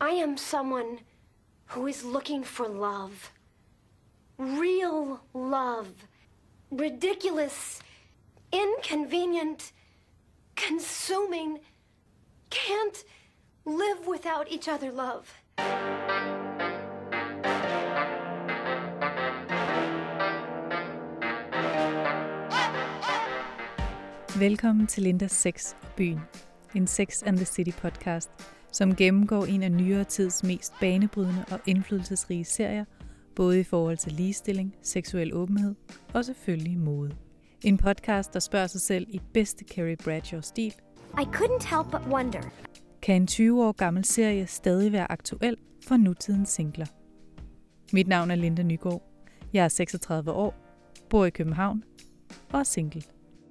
I am someone who is looking for love. Real love. Ridiculous, inconvenient, consuming. Can't live without each other love. Velkommen til Lindas Sex og Byen, en Sex and the City podcast, som gennemgår en af nyere tids mest banebrydende og indflydelsesrige serier, både i forhold til ligestilling, seksuel åbenhed og selvfølgelig mode. En podcast, der spørger sig selv i bedste Carrie Bradshaw-stil. I couldn't help but wonder. Kan en 20 år gammel serie stadig være aktuel for nutidens singler? Mit navn er Linda Nygaard. Jeg er 36 år, bor i København og er single.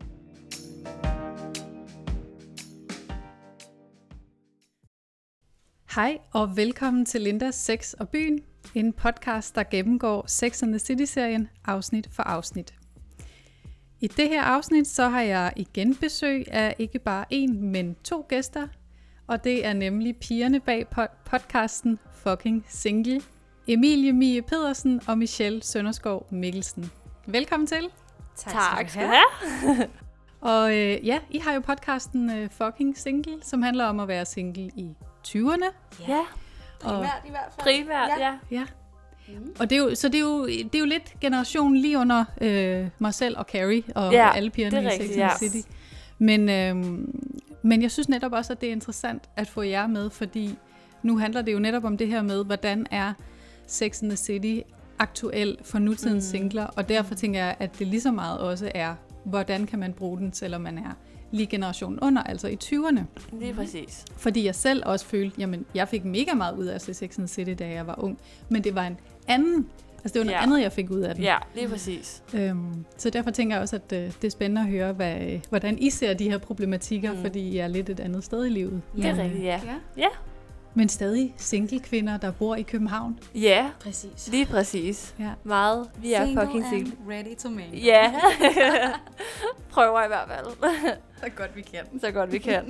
Hej og velkommen til Lindas Sex og Byen, en podcast, der gennemgår Sex and the City-serien afsnit for afsnit. I det her afsnit så har jeg igen besøg af ikke bare en, men 2 gæster, og det er nemlig pigerne bag podcasten Fucking Single, Emilie Mie Pedersen og Michelle Sønderskov Mikkelsen. Velkommen til. Tak skal du have. Og ja, I har jo podcasten Fucking Single, som handler om at være single i 20'erne. Ja, primært i hvert fald. Primært, ja. Og det er jo lidt generation lige under mig selv og Carrie og alle pigerne i Sex and the City. Men jeg synes netop også, at det er interessant at få jer med, fordi nu handler det jo netop om det her med, hvordan er Sex and the City aktuel for nutidens singler, og derfor tænker jeg, at det lige så meget også er, hvordan kan man bruge den, selvom man er lige generationen under, altså i 20'erne. Lige præcis. Fordi jeg selv også følte, jamen, jeg fik mega meget ud af Sex and the City, da jeg var ung, men det var en anden, altså det var noget andet, jeg fik ud af den. Ja, lige præcis. Så derfor tænker jeg også, at det er spændende at høre, hvordan I ser de her problematikker, fordi I er lidt et andet sted i livet. Det er rigtigt, ja. Men stadig single kvinder, der bor i København. Ja, præcis. Lige præcis. Ja. Meget. Vi er fucking single. Ready to mingle. Ja. Prøver i hvert fald. Så godt vi kan. Så godt vi kan.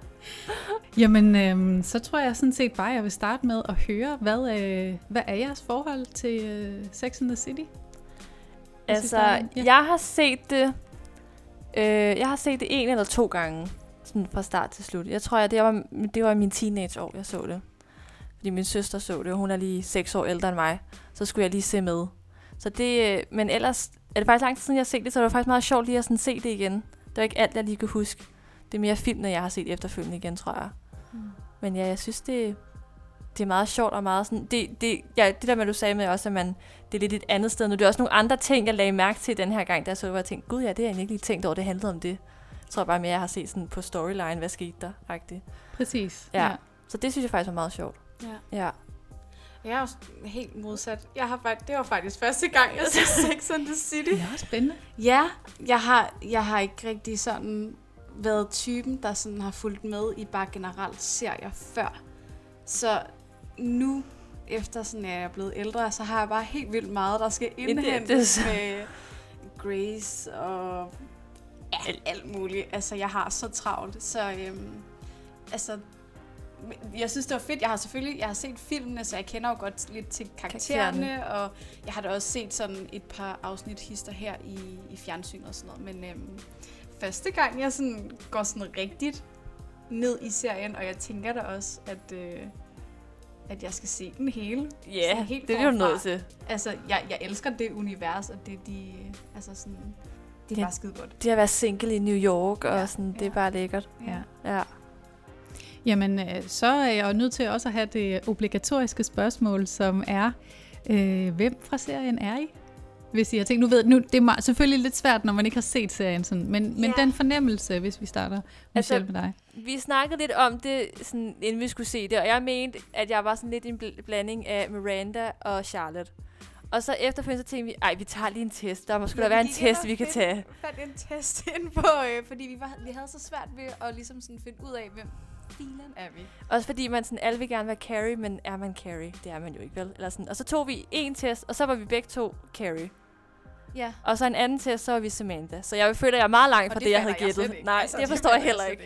Jamen, så tror jeg sådan set bare, at jeg vil starte med at høre, hvad er jeres forhold til Sex and the City? Altså, jeg har set det. Jeg har set det 1 eller 2 gange. Sådan fra start til slut. Jeg tror, det var i min teenageår, jeg så det. Fordi min søster så det, og hun er lige 6 år ældre end mig. Så skulle jeg lige se med. Så det, men ellers er det faktisk lang tid siden, jeg har set det, så det var faktisk meget sjovt lige at sådan se det igen. Det var ikke alt, jeg lige kunne huske. Det er mere filmene, jeg har set efterfølgende igen, tror jeg. Men ja, jeg synes, det er meget sjovt og meget sådan... Det der med, du sagde med også, at det er lidt et andet sted nu. Det er også nogle andre ting, jeg lagde mærke til den her gang, da jeg så, hvor jeg tænkte, gud ja, det har jeg ikke lige tænkt over, det handlede om det. Jeg tror bare mere, jeg har set sådan på storyline, hvad skete der, faktisk. Præcis. Ja. Så det synes jeg faktisk var meget sjovt. Ja. Jeg er også helt modsat. Det var faktisk første gang, jeg så Sex and the City. Det er spændende. Ja, jeg har ikke rigtig sådan været typen, der sådan har fulgt med i bare generelt serier før. Så nu, efter sådan jeg er blevet ældre, så har jeg bare helt vildt meget, der skal indhentes med Grace og alt muligt. Altså, jeg har så travlt. Så jeg synes, det var fedt. Jeg har set filmene, så jeg kender jo godt lidt til karaktererne, og jeg har da også set sådan et par afsnit hister her i fjernsynet og sådan noget. Men første gang, jeg sådan går sådan rigtigt ned i serien, og jeg tænker da også, at jeg skal se den hele. Ja, det er jo nødt til. Altså, jeg elsker det univers, og det det er bare skide godt. Det at være single i New York, og sådan, det er bare lækkert. Ja. Jamen, så er jeg jo nødt til også at have det obligatoriske spørgsmål, som er, hvem fra serien er I? Hvis I har tænkt, det er selvfølgelig lidt svært, når man ikke har set serien, sådan, men den fornemmelse, hvis vi starter Michelle med dig. Vi snakkede lidt om det, sådan, inden vi skulle se det, og jeg mente, at jeg var sådan lidt en blanding af Miranda og Charlotte. Og så efterfølgende så tænkte vi, vi tager lige en test. Der må sgu da være en test, vi kan tage. Fandt en test ind på, fordi vi havde så svært ved at ligesom sådan finde ud af, hvem filen er vi. Også fordi man sådan, alle vil gerne være Carrie, men er man Carrie? Det er man jo ikke, vel? Eller sådan. Og så tog vi en test, og så var vi begge 2 Carrie. Ja. Og så en anden test, så var vi Samantha. Så jeg føler, at jeg er meget langt fra det, jeg havde gættet. Nej, altså, det forstår jeg heller ikke.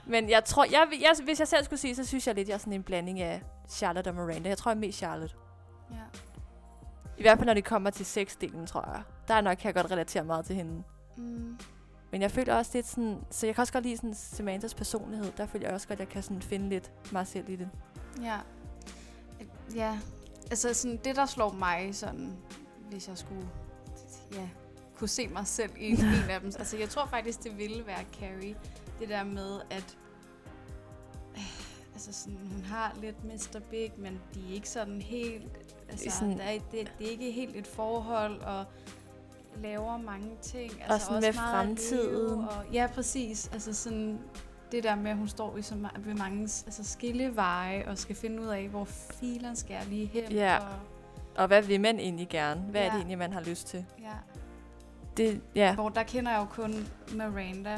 Men jeg tror, hvis jeg selv skulle sige, så synes jeg lidt, jeg er sådan en blanding af Charlotte og Miranda. Jeg tror, jeg er mest Charlotte. Ja. I hvert fald, når det kommer til sexdelen, tror jeg. Der nok kan jeg godt relatere meget til hende. Men jeg føler også lidt sådan... Så jeg kan også godt lide sådan Samanthas personlighed. Der føler jeg også godt, at jeg kan sådan finde lidt mig selv i det. Ja. Ja. Altså sådan, det, der slår mig sådan, hvis jeg skulle kunne se mig selv i en af dem. Altså jeg tror faktisk, det ville være Carrie. Det der med, at altså sådan, hun har lidt Mr. Big, men de er ikke sådan helt... Altså, sådan, det er ikke helt et forhold, og laver mange ting. Altså, og sådan også med fremtiden. Ja, præcis. Altså sådan, det der med, at hun står ved mange skilleveje, og skal finde ud af, hvor filen skal lige hen. Ja. Og hvad vil man egentlig gerne? Hvad er det egentlig, man har lyst til? Ja. Hvor der kender jeg jo kun Miranda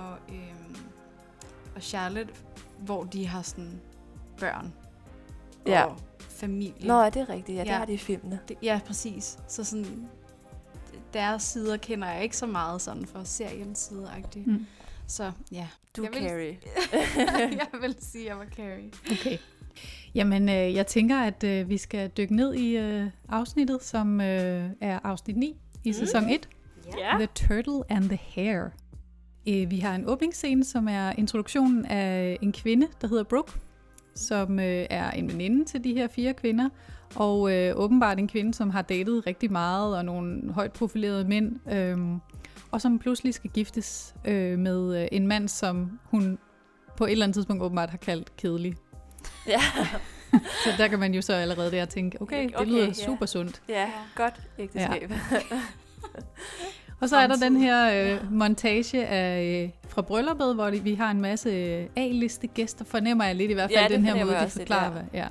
og Charlotte, hvor de har sådan børn og familie. Nå, er det rigtigt? Ja, det har de i filmene. Ja, præcis. Så sådan, deres sider kender jeg ikke så meget sådan for seriens side-agtigt. Så ja. Du er Carrie. Jeg vil sige, at jeg var Carrie. Okay. Jamen, jeg tænker, at vi skal dykke ned i afsnittet, som er afsnit 9 i sæson 1. Yeah. The Turtle and the Hare. Vi har en åbningsscene, som er introduktionen af en kvinde, der hedder Brooke, som er en veninde til de her 4 kvinder, og åbenbart en kvinde, som har datet rigtig meget, og nogle højt profilerede mænd, og som pludselig skal giftes med en mand, som hun på et eller andet tidspunkt åbenbart har kaldt kedelig. Ja. Så der kan man jo så allerede der tænke, okay, det lyder super sundt. Ja, godt ægteskab. Ja. Og så er der den her montage fra brylluppet, hvor vi har en masse A-liste gæster, fornemmer jeg lidt i hvert fald den her måde, de forklarer.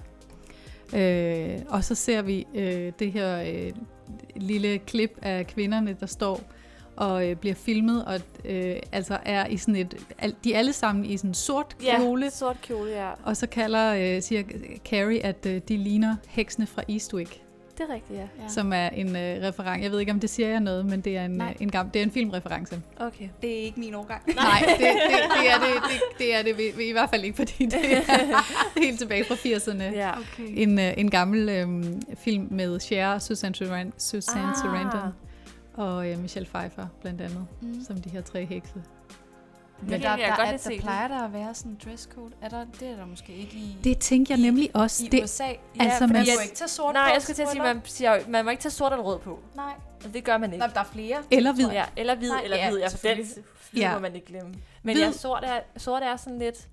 Og så ser vi det her lille klip af kvinderne, der står og bliver filmet, og altså er i sådan de er alle sammen i sådan en sort kjole. Ja, sort kjole, ja. Og så siger Carrie, at de ligner heksene fra Eastwick. Det er rigtigt, ja. Som er en reference. Jeg ved ikke, om det siger jeg noget, men det er en filmreference. Okay. Det er ikke min årgang. Nej, det er det i hvert fald ikke, fordi det er helt tilbage fra 80'erne. Ja. Okay. En gammel film med Cher, Susan Sarandon og Michelle Pfeiffer blandt andet, som de her 3 hekse. Men der plejer der at være sådan en dresscode. Det er der måske ikke i... Det tænker jeg nemlig også. I USA. Ja, altså, man må ikke tage sort på. Nej, jeg skal til at sige, man må ikke tage sort eller rød på. Nej. Og det gør man ikke. Nå, der er flere. Eller hvid. Ja, eller hvid, eller hvid. Det må man ikke glemme. Men sort er sådan lidt...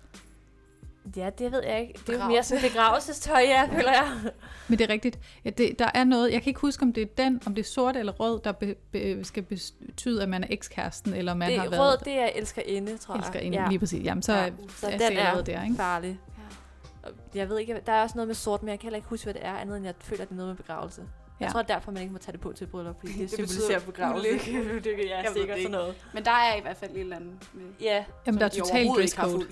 Ja, det ved jeg ikke. Det er jo mere sådan begravelsestøj, føler jeg. Men det er rigtigt. Ja, der er noget, jeg kan ikke huske, om det er om det er sort eller rød, der skal betyde, at man er ekskæresten, eller man har været... Rød, det er elskerinde, tror jeg. Elskerinde, lige præcis. Jamen, så den er der, ikke? farlig. Ja. Jeg ved ikke, der er også noget med sort, men jeg kan heller ikke huske, hvad det er, andet end jeg føler, at det er noget med begravelse. Jeg tror derfor, man ikke må tage det på til bryllup, fordi det symboliserer begravelse. Det er sikkert sådan noget. Men der er i hvert fald et eller andet med... Ja. Jamen, der er totalt dresscode.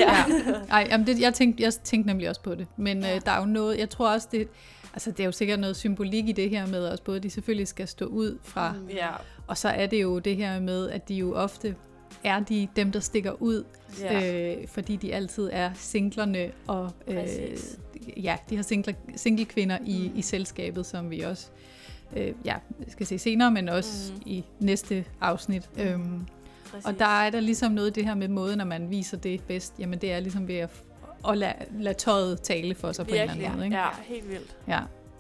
Jeg tænkte nemlig også på det. Men der er jo noget, jeg tror også, det er jo sikkert noget symbolik i det her med også, både de selvfølgelig skal stå ud fra, og så er det jo det her med, at de jo ofte er dem, der stikker ud, fordi de altid er singlerne, og de har single-kvinder i selskabet, som vi også skal se senere, men også i næste afsnit. Og der er der ligesom noget det her med måden, når man viser det bedst, jamen det er ligesom ved at lade tøjet tale for sig på en eller anden måde. Ikke? Ja, helt vildt. Ja.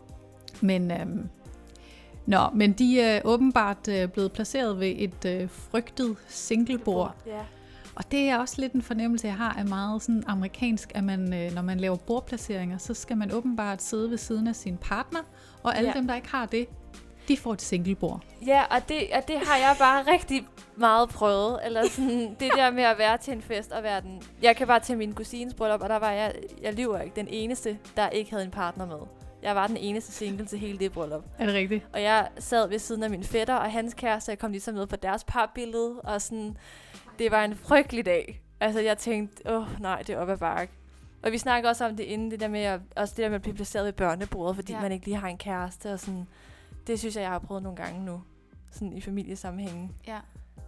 Men de er åbenbart blevet placeret ved et frygtet singlebord. Ja. Og det er også lidt en fornemmelse, jeg har af meget sådan amerikansk, at man, når man laver bordplaceringer, så skal man åbenbart sidde ved siden af sin partner, og alle dem, der ikke har det, de får et singlebord. Ja, og det har jeg bare rigtig meget prøvet. Eller sådan, det der med at være til en fest og være den... Jeg kan bare til min kusines bryllup, og der var jeg lyver ikke, den eneste, der ikke havde en partner med. Jeg var den eneste single til hele det bryllup. Er det rigtigt? Og jeg sad ved siden af min fætter og hans kæreste, jeg kom ligesom med på deres parbillede, og sådan... Det var en frygtelig dag. Altså, jeg tænkte, nej, det er op ad bakke. Og vi snakker også om det inden, det der med at blive placeret ved børnebordet, fordi man ikke lige har en kæreste, og sådan... Det synes jeg har prøvet nogle gange nu, sådan i familiesammenhængen. Ja.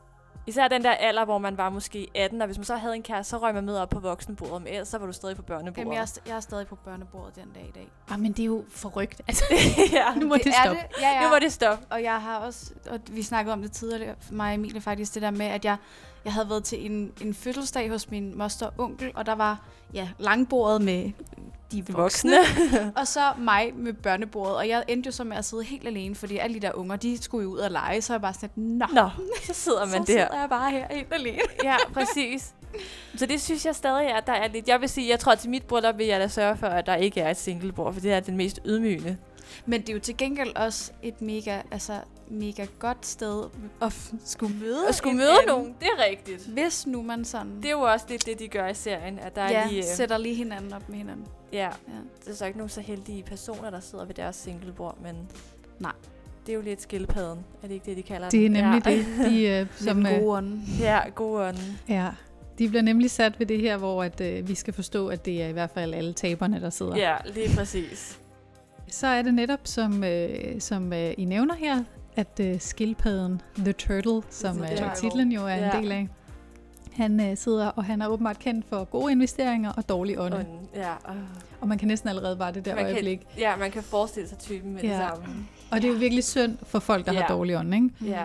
Især den der alder, hvor man var måske 18, og hvis man så havde en kæreste, så røg man med op på voksenbordet, men ellers så var du stadig på børnebordet. Jamen, jeg er stadig på børnebordet den dag i dag. Men det er jo forrygt. Altså, ja, nu må det stoppe. Ja. Nu må det stoppe. Og jeg har også, og vi snakkede om det tidligere, mig og Emilie faktisk, det der med, at jeg havde været til en fødselsdag hos min moster og onkel, og der var langbordet med de voksne, og så mig med børnebordet. Og jeg endte jo så med at sidde helt alene, fordi alle de der unger, de skulle jo ud og lege, så jeg bare sådan, nå, så sidder man så der. Så sidder jeg bare her helt alene. Ja, præcis. Så det synes jeg stadig er, der er lidt. Jeg vil sige, jeg tror, at til mit bryllup vil jeg da sørge for, at der ikke er et singlebord, for det er den mest ydmygende. Men det er jo til gengæld også et mega godt sted at skulle møde nogen. Det er rigtigt. Hvis nu man sådan... Det er jo også lidt det, de gør i serien. At der er lige, sætter lige hinanden op med hinanden. Ja. Det er så ikke nogen så heldige personer, der sidder ved deres singlebord, men... Nej. Det er jo lidt skildpadden. Er det ikke det, de kalder det? Det er nemlig det. De, som gode ånden. Ja, gode ånden. Ja. De bliver nemlig sat ved det her, hvor at, vi skal forstå, at det er i hvert fald alle taberne, der sidder. Ja, lige præcis. Så er det netop, som I nævner her, at skildpadden, The Turtle, som titlen jo er en del af, han sidder, og han er åbenbart kendt for gode investeringer og dårlig ånde. Ja. Og man kan næsten allerede bare det der øjeblik. Man kan forestille sig typen med det samme. Og det er jo virkelig synd for folk, der har dårlig ånde, ikke? Ja.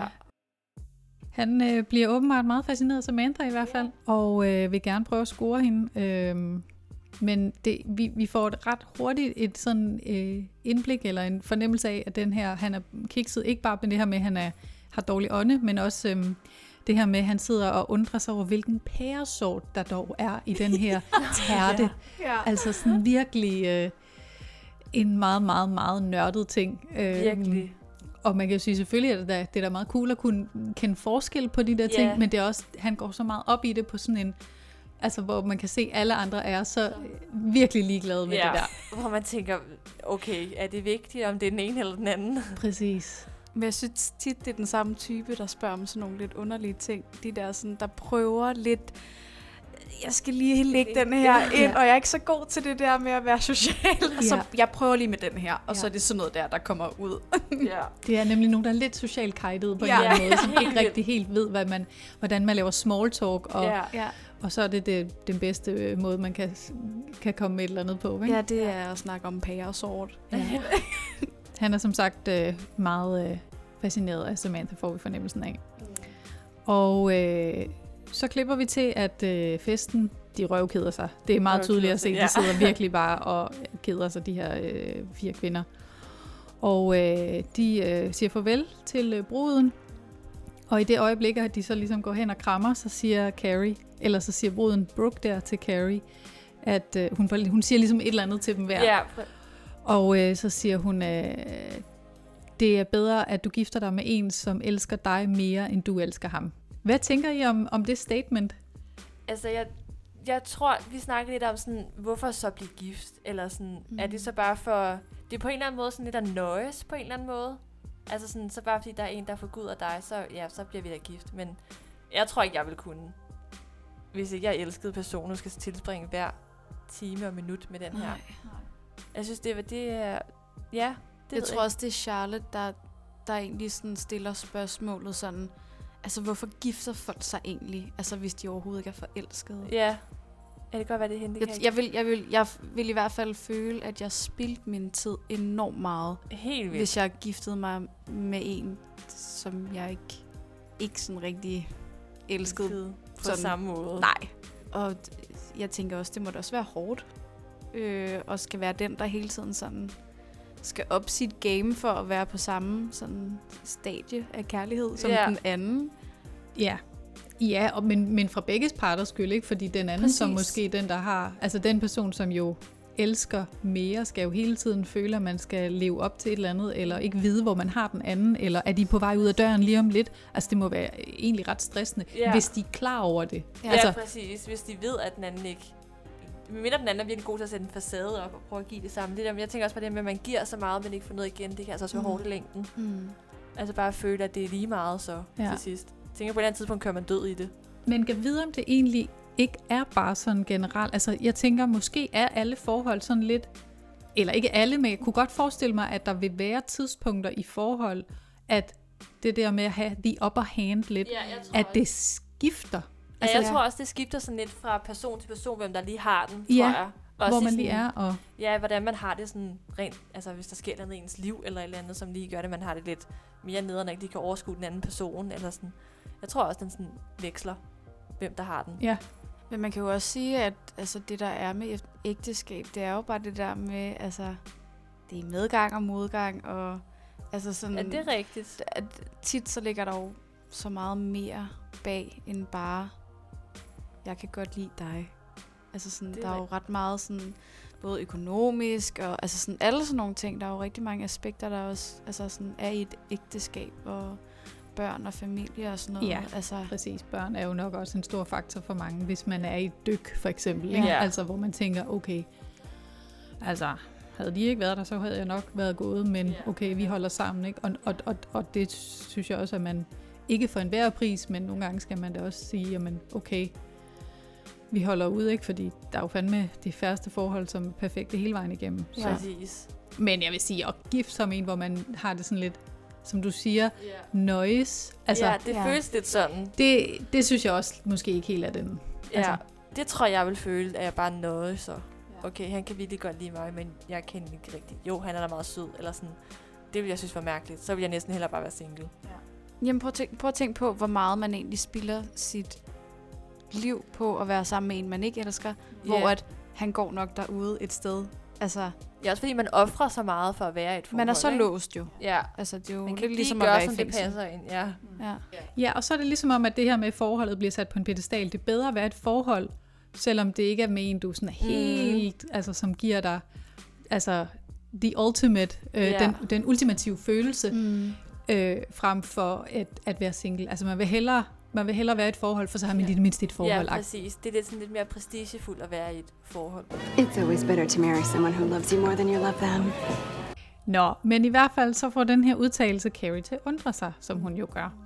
Han bliver åbenbart meget fascineret af Samantha i hvert fald, og vil gerne prøve at score hende. Men vi får et ret hurtigt et sådan indblik eller en fornemmelse af, at den her, han er kikset ikke bare med det her med, at han har dårlig ånde, men også det her med, at han sidder og undrer sig over, hvilken pæresort der dog er i den her tærte. Altså sådan virkelig en meget, meget, meget nørdet ting. Virkelig. Og man kan jo sige, selvfølgelig at det er da meget cool at kunne kende forskel på de der ting, men det er også, han går så meget op i det på sådan en, altså hvor man kan se, at alle andre er så virkelig ligeglade med det der. Hvor man tænker, okay, er det vigtigt, om det er den ene eller den anden? Præcis. Men jeg synes tit, det er den samme type, der spørger om sådan nogle lidt underlige ting. De der sådan, der prøver lidt, jeg skal lige lægge den her ind, og jeg er ikke så god til det der med at være social. Så jeg prøver lige med den her, og så er det sådan noget der kommer ud. Det er nemlig nogen, der er lidt socialt kajtet på en eller anden måde, som ikke rigtig helt ved, hvordan man laver small talk, og så er det den bedste måde, man kan komme med et eller andet på. Ikke? Ja, det er at snakke om pæresort. Ja. Han er som sagt meget fascineret af Samantha, får vi fornemmelsen af. Og så klipper vi til, at festen, de røvkeder sig. Det er meget tydeligt at se, de sidder virkelig bare og keder sig, de her 4 kvinder. Og de siger farvel til bruden. Og i det øjeblik, at de så ligesom går hen og krammer, så siger Carrie, eller så siger bruden Brooke der til Carrie, at hun siger ligesom et eller andet til dem hver. Ja. Og så siger hun, det er bedre, at du gifter dig med en, som elsker dig mere, end du elsker ham. Hvad tænker I om det statement? Altså, jeg tror, vi snakker lidt om sådan, hvorfor så blive gift? Eller sådan, er det så bare for... Det er på en eller anden måde sådan lidt at nøjes på en eller anden måde. Altså sådan, så bare fordi der er en, der forguder dig, så bliver vi da gift. Men jeg tror ikke, jeg vil kunne. Hvis ikke jeg elskede personen, skal tilspringe hver time og minut med den her. Nej. Jeg synes, det er... Ja, det jeg tror også, det er Charlotte, der egentlig sådan stiller spørgsmålet sådan... Altså, hvorfor gifter folk sig egentlig? Altså, hvis de overhovedet ikke er forelskede. Ja. Ja, det kan godt være, det er hende. Jeg vil i hvert fald føle, at jeg spildte min tid enormt meget. Helt vildt. Hvis jeg giftede mig med en, som jeg ikke sådan rigtig elskede. På samme måde. Nej. Og jeg tænker også, det må da også være hårdt. Og skal være den, der hele tiden sådan skal op sit game for at være på samme sådan stadie af kærlighed som den anden. Ja, men fra begges parters skyld, ikke? Fordi den anden, som måske den, der har... Altså den person, som jo elsker mere, skal jo hele tiden føle, at man skal leve op til et eller andet, eller ikke vide, hvor man har den anden, eller er de på vej ud af døren lige om lidt. Altså det må være egentlig ret stressende, hvis de er klar over det. Ja, altså, præcis. Hvis de ved, at den anden ikke... Mindre den anden er virkelig god til at sætte en facade op og prøve at give det samme. Det der, men jeg tænker også på det med, at man giver så meget, men ikke får noget igen. Det kan altså også være hårdt i længden. Altså bare at føle, at det er lige meget så til sidst. Jeg tænker på et eller andet tidspunkt, kører man død i det. Men kan vide, om det egentlig ikke er bare sådan generelt. Altså jeg tænker, måske er alle forhold sådan lidt, eller ikke alle, men jeg kunne godt forestille mig, at der vil være tidspunkter i forhold, at det der med at have the upper hand lidt, at det skifter. Altså, jeg tror også, det skifter sådan lidt fra person til person, hvem der lige har den, tror jeg. Også hvor man sådan, lige er. Og ja, hvordan man har det sådan rent, altså hvis der sker noget i ens liv, eller et eller andet, som lige gør det, man har det lidt mere nederen, ikke de kan overskue den anden person, eller sådan. Jeg tror også, den sådan veksler, hvem der har den. Ja. Men man kan jo også sige, at altså, det der er med ægteskab, det er jo bare det der med, altså, det er medgang og modgang, og altså sådan... Ja, det er rigtigt. At tit så ligger der jo så meget mere bag, end bare, jeg kan godt lide dig. Altså sådan, der er jo ret meget sådan, både økonomisk, og altså sådan alle sådan nogle ting. Der er jo rigtig mange aspekter, der også altså sådan, er i et ægteskab, og børn og familie og sådan noget. Ja, altså, præcis. Børn er jo nok også en stor faktor for mange, hvis man er i et dyk, for eksempel. Ja. Altså, hvor man tænker, okay, altså, havde de ikke været der, så havde jeg nok været gået, men okay, vi holder sammen, ikke? Og det synes jeg også, at man ikke for enhver pris, men nogle gange skal man da også sige, jamen, okay, vi holder ud, ikke? Fordi der er jo fandme de færreste forhold, som er perfekte hele vejen igennem. Ja. Præcis. Men jeg vil sige, at gift som en, hvor man har det sådan lidt, som du siger, noise. Altså, ja, det føles lidt sådan. Det synes jeg også måske ikke helt er den. Ja, altså. Det tror jeg vil føle, at jeg bare noget så. Okay, han kan virkelig godt lide mig, men jeg kender ikke rigtigt. Jo, han er da meget sød, eller sådan. Det vil jeg synes var mærkeligt. Så vil jeg næsten hellere bare være single. Ja. Jamen prøv at tænke på, hvor meget man egentlig spilder sit liv på at være sammen med en, man ikke elsker, hvor at han går nok derude et sted. Altså, ja, også fordi man offrer så meget for at være i et forhold. Man er så låst jo. Ja. Altså, det er jo man kan ligesom gøre, at være som i fængsel. det passer ind. Ja. Ja, og så er det ligesom om, at det her med forholdet bliver sat på en pedestal. Det er bedre at være et forhold, selvom det ikke er med en, du sådan er helt, altså som giver dig, altså the ultimate, den ultimative følelse, frem for at være single. Altså man vil hellere være i et forhold, for så har man det mindst et forhold. Ja, præcis. Det er sådan lidt mere prestigefuldt at være i et forhold. It's always better to marry someone who loves you more than you love them. Nå, men i hvert fald så får den her udtalelse Carrie til at undre sig, som hun jo gør.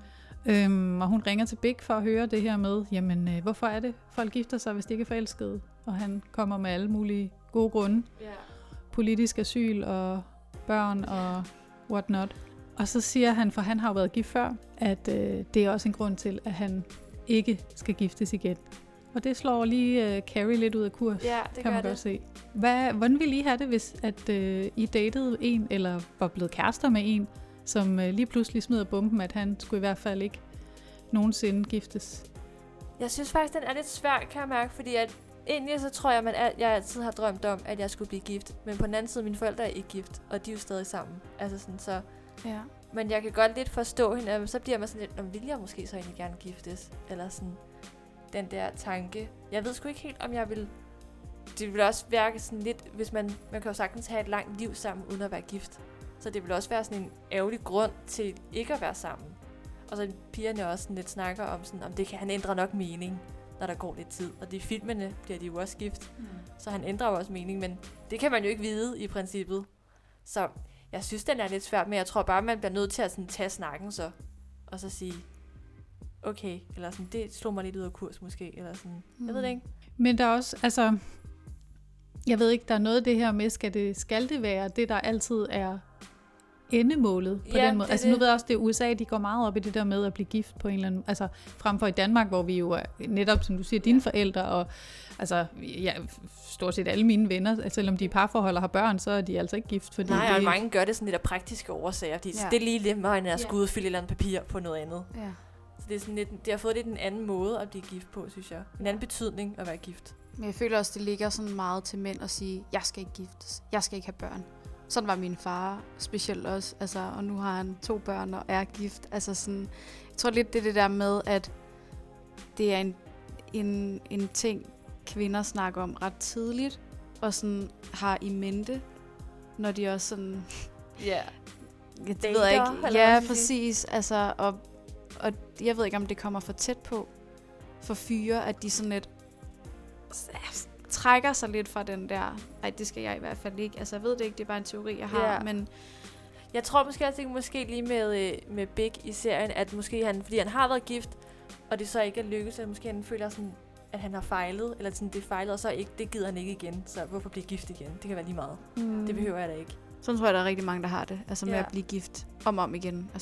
Og hun ringer til Big for at høre det her med, jamen hvorfor er det, folk gifter sig, hvis de ikke er forelskede? Og han kommer med alle mulige gode grunde. Politisk asyl og børn og whatnot. Og så siger han, for han har jo været gift før, at det er også en grund til, at han ikke skal giftes igen. Og det slår lige Carrie lidt ud af kurs, kan man godt se. Hvordan ville I have det, hvis at I datede en, eller var blevet kærester med en, som lige pludselig smider bomben, at han skulle i hvert fald ikke nogensinde giftes? Jeg synes faktisk, den er lidt svær, kan jeg mærke, fordi at egentlig så tror jeg, jeg altid har drømt om, at jeg skulle blive gift. Men på den anden side, mine forældre er ikke gift, og de er jo stadig sammen. Altså sådan, så... Ja. Men jeg kan godt lidt forstå hende, at så bliver man sådan lidt, vil jeg måske så egentlig gerne giftes? Eller sådan, den der tanke. Jeg ved sgu ikke helt, om jeg vil... Det vil også være sådan lidt, hvis man kan jo sagtens have et langt liv sammen, uden at være gift. Så det vil også være sådan en ærgerlig grund til ikke at være sammen. Og så pigerne også sådan lidt snakker om, sådan, om det kan han ændre nok mening, når der går lidt tid. Og i filmene bliver de jo også gift, så han ændrer jo også mening, men det kan man jo ikke vide i princippet. Så jeg synes, den er lidt svært, men jeg tror bare, man bliver nødt til at sådan, tage snakken så, og så sige, okay, eller sådan, det slog mig lidt ud af kurs måske, eller sådan, jeg ved det ikke. Men der er også, altså, jeg ved ikke, der er noget af det her med, skal det være det, der altid er endemålet på den måde. Altså nu ved jeg også, det er USA, de går meget op i det der med at blive gift på en eller anden, altså frem for i Danmark, hvor vi jo er netop, som du siger, dine forældre, og altså, stort set alle mine venner, selvom de er parforhold og har børn, så er de altså ikke gift. Fordi nej, og mange gør det sådan lidt af praktiske årsager, fordi det er lige lidt meget, når jeg skal ud og fylde et eller andet papir på noget andet. Ja. Så det er sådan lidt, det har fået lidt en anden måde at blive gift på, synes jeg. En anden betydning at være gift. Men jeg føler også, det ligger sådan meget til mænd at sige, jeg skal ikke giftes, jeg skal ikke have børn. Sådan var min far specielt også, altså, og nu har han 2 børn og er gift. Altså sådan, jeg tror lidt, det er det der med, at det er en ting, kvinder snakker om ret tidligt, og sådan har i mente, når de også sådan... Ja, jeg ved ikke. Ja, præcis. Altså, og jeg ved ikke, om det kommer for tæt på for fyre, at de sådan lidt trækker sig lidt fra den der, ej, det skal jeg i hvert fald ikke. Altså, jeg ved det ikke, det er bare en teori, jeg har, men... Jeg tror måske også, det måske lige med Big i serien, at måske fordi han har været gift, og det så ikke er lykkedes, at måske han føler sådan, at han har fejlet, eller sådan, det fejlede, og så ikke, det gider han ikke igen, så hvorfor blive gift igen? Det kan være lige meget. Det behøver jeg da ikke. Sådan tror jeg, der er rigtig mange, der har det, altså med at blive gift om igen. Altså.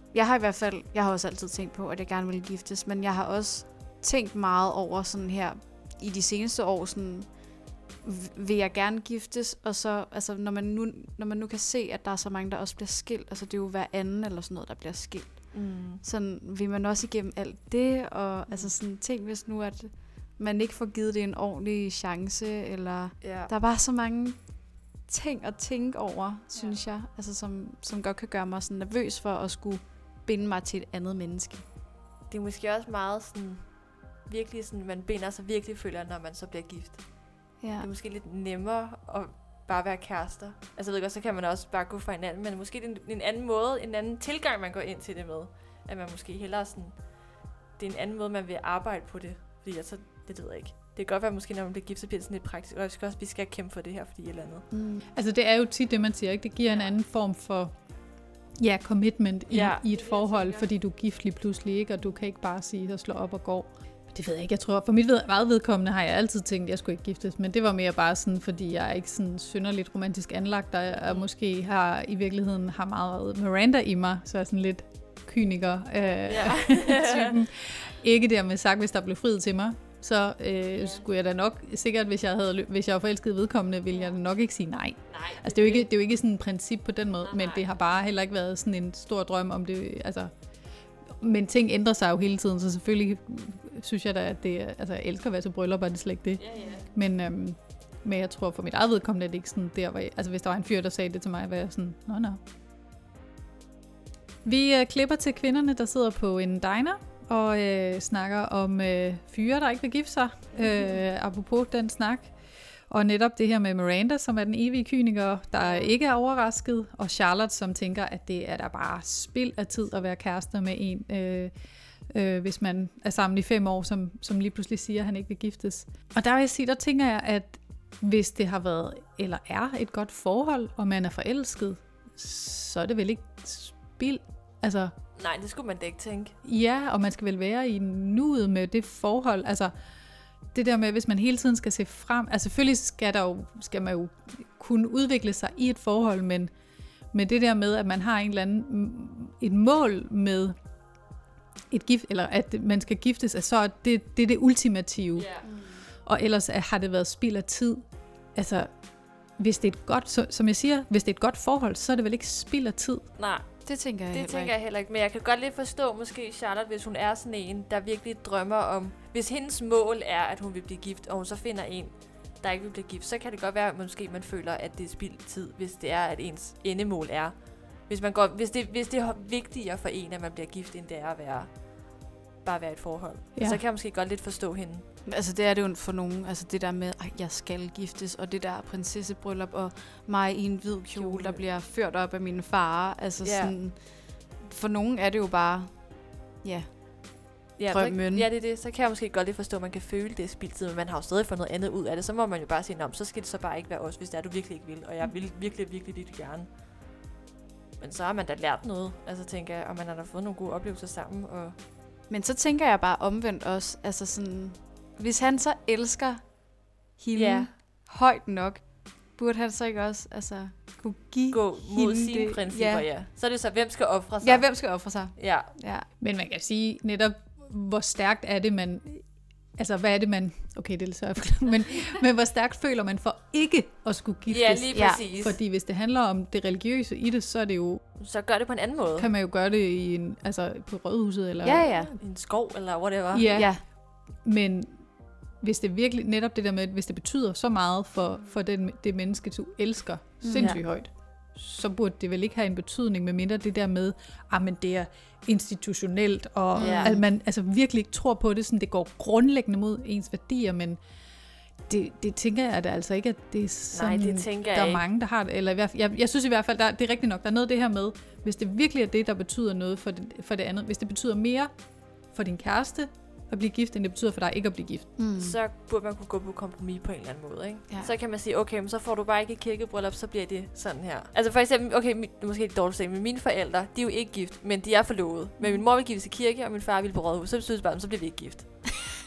Jeg har i hvert fald, jeg har også altid tænkt på, at jeg gerne vil giftes, men jeg har også tænkt meget over sådan her, i de seneste år, sådan, vil jeg gerne giftes, og så, altså, når man nu kan se, at der er så mange, der også bliver skilt, altså det er jo hver anden eller sådan noget, der bliver skilt. Sådan vil man også igennem alt det, og altså sådan ting, hvis nu, at man ikke får givet det en ordentlig chance, eller der er bare så mange ting at tænke over, synes jeg, altså som godt kan gøre mig sådan nervøs for at skulle binde mig til et andet menneske. Det er måske også meget sådan, virkelig sådan, man binder sig virkelig føler, når man så bliver gift. Ja. Det er måske lidt nemmere at bare være kærester. Altså jeg ved godt, så kan man også bare gå fra hinanden, men måske det er en anden måde, en anden tilgang, man går ind til det med. At man måske hellere sådan, det er en anden måde, man vil arbejde på det. Fordi altså, det ved jeg ikke. Det kan godt være, måske når man bliver gift, så bliver det sådan lidt praktisk. Og vi skal kæmpe for det her, fordi et eller andet. Altså det er jo tit det, man siger, ikke? Det giver en anden form for commitment i et forhold, fordi du er gift lige pludselig, ikke? Og du kan ikke bare sige, at slå op og gå. Det ved jeg ikke. Jeg tror, for mit eget vedkommende har jeg altid tænkt, at jeg skulle ikke giftes, men det var mere bare sådan, fordi jeg er ikke sådan synderligt romantisk anlagt, og måske har i virkeligheden har meget Miranda i mig, så er sådan lidt kyniker typen. Ikke dermed sagt, hvis der blev friet til mig, så skulle jeg da nok, sikkert hvis jeg var forelsket vedkommende, ville jeg da nok ikke sige nej. Altså det er jo ikke sådan et princip på den måde, men det har bare heller ikke været sådan en stor drøm om det, altså. Men ting ændrer sig jo hele tiden, så selvfølgelig synes jeg da, at det altså jeg elsker at være til bryllup, og det er slet ikke det. Men jeg tror for mit eget vedkommende, at det ikke sådan der, altså hvis der var en fyr, der sagde det til mig, var jeg sådan, nå. Vi klipper til kvinderne, der sidder på en diner, og snakker om fyre, der ikke vil gifte sig, apropos den snak. Og netop det her med Miranda, som er den evige kyniker, der ikke er overrasket, og Charlotte, som tænker, at det er da bare spild af tid at være kærester med en, hvis man er sammen i 5 år, som lige pludselig siger, at han ikke vil giftes. Og der vil jeg sige, der tænker jeg, at hvis det har været, eller er et godt forhold, og man er forelsket, så er det vel ikke spild. Altså, nej, det skulle man da ikke tænke. Ja, og man skal vel være i nuet med det forhold, altså det der med, hvis man hele tiden skal se frem, altså selvfølgelig skal man jo kunne udvikle sig i et forhold, men det der med, at man har en eller anden, et mål med et gift, eller at man skal giftes, så er det ultimative. Yeah. Og ellers har det været spild af tid. Altså, hvis det er et godt, som jeg siger, hvis det er et godt forhold, så er det vel ikke spild af tid. Nej. Det tænker jeg heller ikke. Men jeg kan godt lidt forstå måske Charlotte, hvis hun er sådan en, der virkelig drømmer om, hvis hendes mål er, at hun vil blive gift, og hun så finder en, der ikke vil blive gift, så kan det godt være, at måske man føler, at det er spild tid, hvis det er, at ens endemål er. Hvis det er vigtigere for en, at man bliver gift, end det er at bare være et forhold. Ja. Så kan jeg måske godt lidt forstå hende. Altså det er det jo for nogen, altså det der med, at jeg skal giftes, og det der prinsessebryllup, og mig i en hvid kjole, der bliver ført op af mine farer. Altså sådan, for nogen er det jo bare, drømmen. Ja, det er det. Så kan jeg måske godt lidt forstå, at man kan føle det spildtid, men man har jo stadig fået noget andet ud af det. Så må man jo bare sige, så skal det så bare ikke være os, hvis det er, du virkelig ikke vil. Og jeg vil virkelig, virkelig, virkelig gerne. Men så har man da lært noget, altså tænker jeg, og man har da fået nogle gode oplevelser sammen. Men så tænker jeg bare omvendt også, altså sådan, hvis han så elsker hende højt nok, burde han så ikke også kunne gå mod sine principper, Så er det så, hvem skal ofre sig? Ja, hvem skal ofre sig? Ja. Men man kan sige netop, hvor stærkt er det, man... Altså, hvad er det, man... Okay, det er lidt svært, men hvor stærkt føler man for ikke at skulle giftes? Ja, lige præcis. Fordi hvis det handler om det religiøse i det, så er det jo... Så gør det på en anden måde. Kan man jo gøre det på Rådhuset, eller... I en skov, eller whatever. Ja. Men hvis det virkelig... Netop det der med, hvis det betyder så meget for det menneske, du elsker sindssygt højt, så burde det vel ikke have en betydning, medmindre det der med, men det er institutionelt, og at man virkelig ikke tror på det, sådan det går grundlæggende mod ens værdier, men det tænker jeg da altså ikke, at det er sådan, det tænker der jeg er mange, der har det, eller i hvert fald, jeg synes i hvert fald, det er rigtigt nok, der er noget af det her med, hvis det virkelig er det, der betyder noget for det andet, hvis det betyder mere for din kæreste, at blive gift, end det betyder for dig ikke at blive gift. Så burde man kunne gå på kompromis på en eller anden måde, ikke? Ja. Så kan man sige, okay, men så får du bare ikke et kirkebryllup, så bliver det sådan her. Altså for eksempel, okay, det er måske et dårligt sag, men mine forældre, de er jo ikke gift, men de er forlovet. Men min mor vil giftes i kirke, og min far vil på rådhus, så betyder det bare, så bliver vi ikke gift.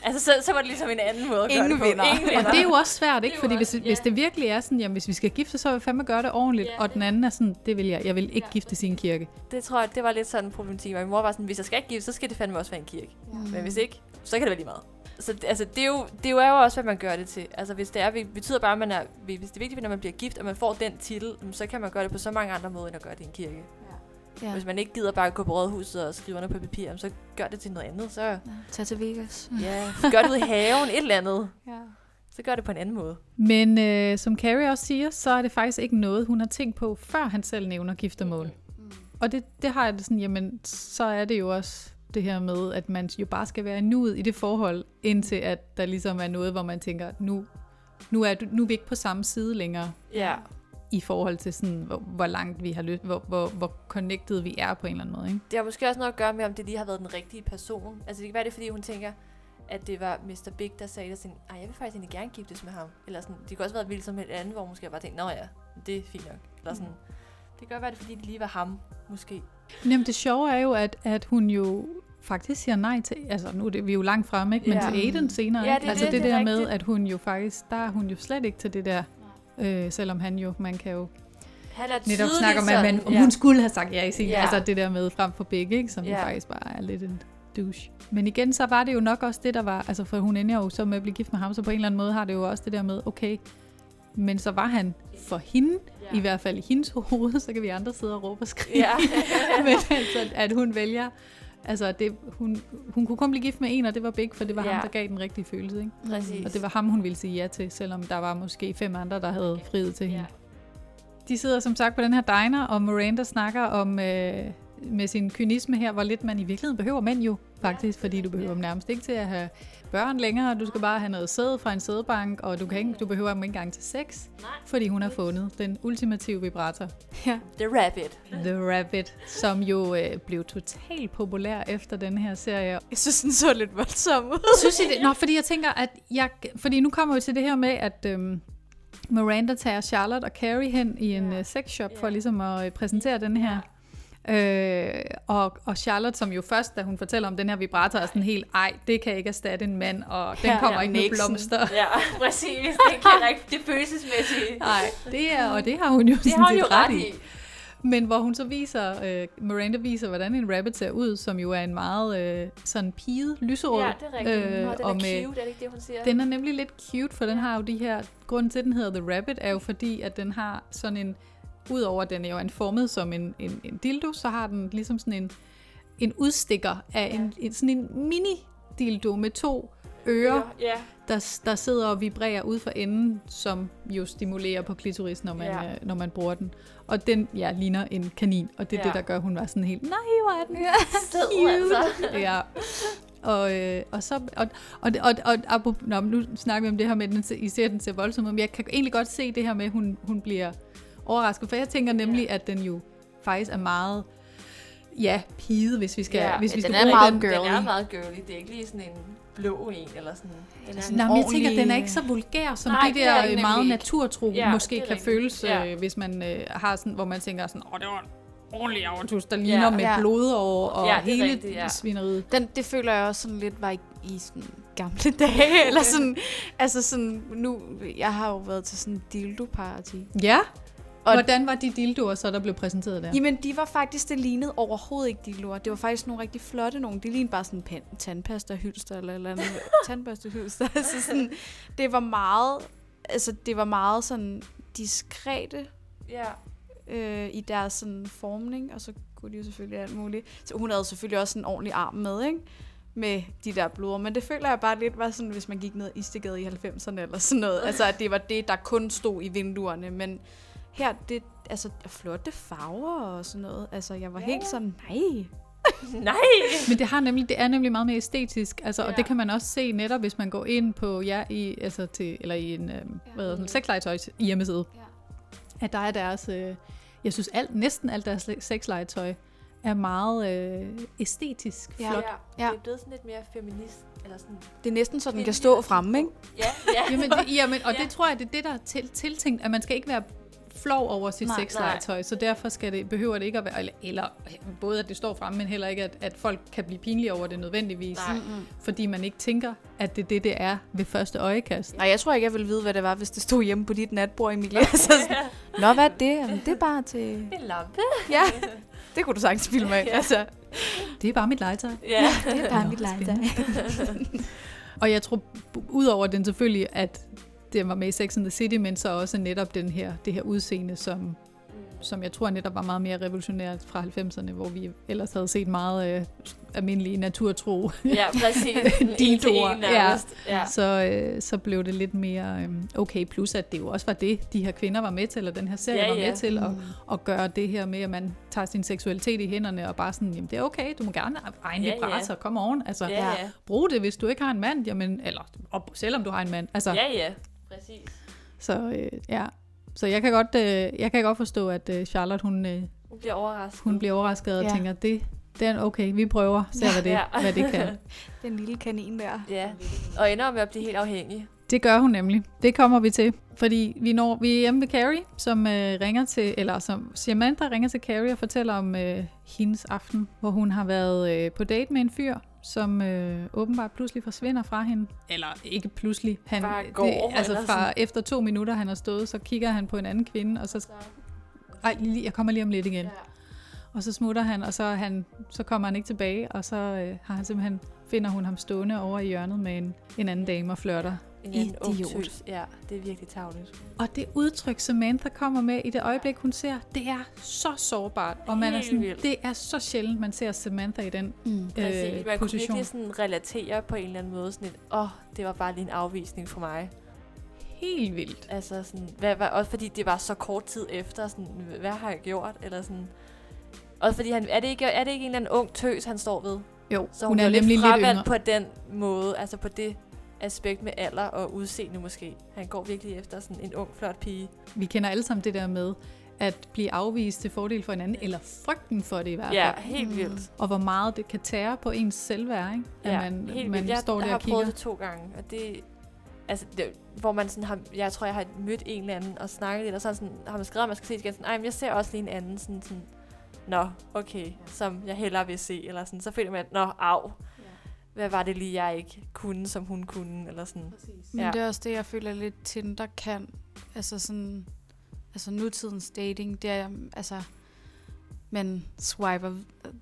Altså, så var det ligesom en anden måde at gøre det på. Ingen vinder. Og det er jo også svært, ikke? Fordi hvis det virkelig er sådan, jamen hvis vi skal gifte, så vil jeg fandme gøre det ordentligt. Ja, og den anden er sådan, det vil jeg vil ikke gifte sin kirke. Det tror jeg, det var lidt sådan en problematik. Min mor var sådan, hvis jeg skal ikke gifte, så skal det fandme også være en kirke. Men hvis ikke, så kan det være lige meget. Så altså, det er jo også, hvad man gør det til. Altså, hvis det betyder bare, at man er, hvis det er vigtigt, når man bliver gift, og man får den titel, så kan man gøre det på så mange andre måder, end at gøre det i en kirke. Ja. Hvis man ikke gider bare gå på rådhuset og skrive under på papir, så gør det til noget andet. Så tag til Vegas. Ja, gør det ud i haven, et eller andet. Ja. Så gør det på en anden måde. Men som Carrie også siger, så er det faktisk ikke noget, hun har tænkt på, før han selv nævner giftermål. Og det har jeg det sådan, jamen, så er det jo også det her med, at man jo bare skal være i nuet i det forhold, indtil at der ligesom er noget, hvor man tænker, nu er vi ikke på samme side længere. Ja. I forhold til sådan, hvor langt vi har lyst, hvor connected vi er på en eller anden måde, ikke? Det har måske også noget at gøre med, om det lige har været den rigtige person. Altså det kan være det, fordi hun tænker, at det var Mr. Big, der sagde sådan, jeg vil faktisk egentlig gerne giftes med ham. Eller sådan, det kunne også være vildt som et andet, hvor måske jeg bare tænkte, nå ja, det er fint nok. Eller sådan, det kan være det, fordi det lige var ham, måske. Jamen det sjove er jo, at hun jo faktisk siger nej til, altså nu er vi jo langt fremme, ikke? Men til Aiden senere, ja, ikke? Altså det der med, at hun jo faktisk, der er hun jo slet ikke til det der. Selvom han jo, man kan jo netop snakke om, om hun skulle have sagt ja i sin, altså det der med frem for begge, ikke? Som jo faktisk bare er lidt en douche. Men igen, så var det jo nok også det, der var, altså for hun ender jo så med at blive gift med ham, så på en eller anden måde har det jo også det der med, okay, men så var han for hende, i hvert fald i hendes hoved, så kan vi andre sidde og råbe og skrige. Men altså, at hun vælger, altså hun kunne kun blive gift med en, og det var Big, for det var ham, der gav den rigtige følelse, ikke? Præcis. Og det var ham, hun ville sige ja til, selvom der var måske 5 andre, der havde friet til hende. De sidder som sagt på den her diner, og Miranda snakker om med sin kynisme her, hvor lidt man i virkeligheden behøver mænd jo, faktisk, fordi du behøver nærmest ikke til at have børn længere, du skal bare have noget sæd fra en sædbank, og du behøver dem ikke engang til sex, fordi hun har fundet den ultimative vibrator. Ja. The Rabbit, som jo blev totalt populær efter den her serie. Jeg synes, den så lidt voldsom ud. Synes I det? Nå, fordi jeg tænker, at fordi nu kommer vi til det her med, at Miranda tager Charlotte og Carrie hen i en sexshop for ligesom at præsentere den her. Og Charlotte, som jo først, da hun fortæller om den her vibrator, er sådan helt, det kan ikke erstatte en mand, og den kommer ikke med blomster. Ja, præcis. Det kan ikke, det følelsesmæssige. Nej, og det har hun jo sådan set ret i. Men hvor hun så viser, Miranda viser, hvordan en rabbit ser ud, som jo er en meget sådan piget, lyserød. Ja, det er rigtigt. Den er cute, er det ikke det, hun siger? Den er nemlig lidt cute, for den har jo de her, grunden til, at den hedder The Rabbit, er jo fordi, at den har sådan en, udover at den er jo formet som en dildo, så har den ligesom sådan en udstikker af sådan en mini-dildo med 2 ører, der sidder og vibrerer ud for enden, som jo stimulerer på klitoris, når man bruger den. Og den ligner en kanin, og det er det, der gør, hun var sådan helt, nej, hvor er den cute. Ja. Og nu snakker vi om det her med, at I ser den til voldsomt, men jeg kan egentlig godt se det her med, at hun bliver overrasket, for jeg tænker nemlig, at den jo faktisk er meget pige, hvis vi skal den er meget girly. Den er meget girly. Det er ikke lige sådan en blå en eller sådan. Den er sådan men jeg tænker, at den er ikke så vulgær, som det der meget naturtro måske kan føles, hvis man har sådan, hvor man tænker sådan, det var en ordentlig avertus, der ligner med blodår og hele svineriet. Det føler jeg også sådan lidt var i sådan gamle dage, eller sådan, altså sådan, nu, jeg har jo været til sådan en dildo-party. Ja. Og hvordan var de dildoer så, der blev præsenteret der? Jamen, de var faktisk, det lignede overhovedet ikke dildoer. Det var faktisk nogle rigtig flotte nogle. De lignede bare sådan en tandpasta-hylster eller andet. Tandpasta-hylster. Altså sådan, det var meget sådan diskrete i deres sådan formning, og så kunne de jo selvfølgelig alt muligt. Så hun havde selvfølgelig også en ordentlig arm med, ikke? Med de der blodår. Men det føler jeg bare lidt var sådan, hvis man gik ned i Istegade i 90'erne eller sådan noget. Altså, at det var det, der kun stod i vinduerne, men her, det, altså, flotte farver og sådan noget. Altså, jeg var helt sådan, nej. Men det er nemlig meget mere æstetisk, altså, og det kan man også se netop, hvis man går ind på i en sexlegetøjs hjemmeside. At der er deres, jeg synes næsten alt deres sexlegetøj er meget æstetisk flot. Ja. Det er blevet sådan lidt mere feminist. Eller sådan. Det er næsten så, den kan stå fremme, ikke? Ja. Jamen, og det tror jeg, det er det, der er tiltænkt, at man skal ikke være flov over sit sexlegetøj, så derfor behøver det ikke at være, eller både at det står fremme, men heller ikke, at folk kan blive pinlige over det nødvendigvis, fordi man ikke tænker, at det er ved første øjekast. Nej, jeg tror ikke, jeg ville vide, hvad det var, hvis det stod hjemme på dit natbord, Emilie. Nå, hvad er det? Jamen, det er bare til... En lampe. Ja, det kunne du sagtens filme med. Altså. Det er bare mit legetøj. Ja, det er bare mit legetøj. Og jeg tror, udover den selvfølgelig, at det var med i Sex and the City, men så også netop det her udseende, som jeg tror netop var meget mere revolutionært fra 90'erne, hvor vi ellers havde set meget almindelige naturtro dildoer. Så blev det lidt mere okay, plus at det jo også var det, de her kvinder var med til, eller den her serie var med til, at gøre det her med, at man tager sin seksualitet i hænderne, og bare sådan, jamen det er okay, du må gerne egne vibrator, kom on, altså brug det, hvis du ikke har en mand, jamen, eller selvom du har en mand. Altså, præcis. Så jeg kan godt forstå, at Charlotte, hun bliver overrasket og tænker, det er okay, vi prøver, ser hvad det kan. Den lille kanin der. Ja, og ender med at blive helt afhængig. Det gør hun nemlig. Det kommer vi til, fordi vi er hjemme ved Carrie, som Samantha ringer til Carrie og fortæller om hendes aften, hvor hun har været på date med en fyr, som åbenbart pludselig forsvinder fra hende. Eller ikke pludselig. Fra efter 2 minutter, han har stået, så kigger han på en anden kvinde, og så... jeg kommer lige om lidt igen. Ja. Og så smutter han, og så kommer han ikke tilbage, og så finder hun ham stående over i hjørnet med en anden dame og flirter. En idiot. Ja, det er virkelig tarveligt. Og det udtryk, Samantha kommer med i det øjeblik, hun ser, det er så sårbart. Og man er sådan, det er så sjældent, man ser Samantha i den man kunne virkelig sådan relatere på en eller anden måde. Sådan det var bare lige en afvisning for mig. Helt vildt. Altså sådan, også fordi det var så kort tid efter, sådan, hvad har jeg gjort? Eller sådan, også fordi er det ikke en eller anden ung tøs, han står ved? Jo, så hun er nemlig lidt fravalgt på den måde, altså på det aspekt med alder og udseende måske. Han går virkelig efter sådan en ung, flot pige. Vi kender alle sammen det der med at blive afvist til fordel for en anden, eller frygten for det i hvert fald. Ja, helt vildt. Og hvor meget det kan tære på ens selvværd, ikke? At man står der og kigger. Jeg har prøvet det 2 gange, og hvor man sådan har, jeg tror, jeg har mødt en eller anden og snakket lidt, og sådan har man skrevet, at man skal se igen, sådan, men jeg ser også lige en anden, sådan nå, okay, som jeg hellere vil se, eller sådan, så føler man, hvad var det lige, jeg ikke kunne, som hun kunne, eller sådan. Men det er også det, jeg føler lidt Tinder kan, altså nutidens dating, det er, man swiper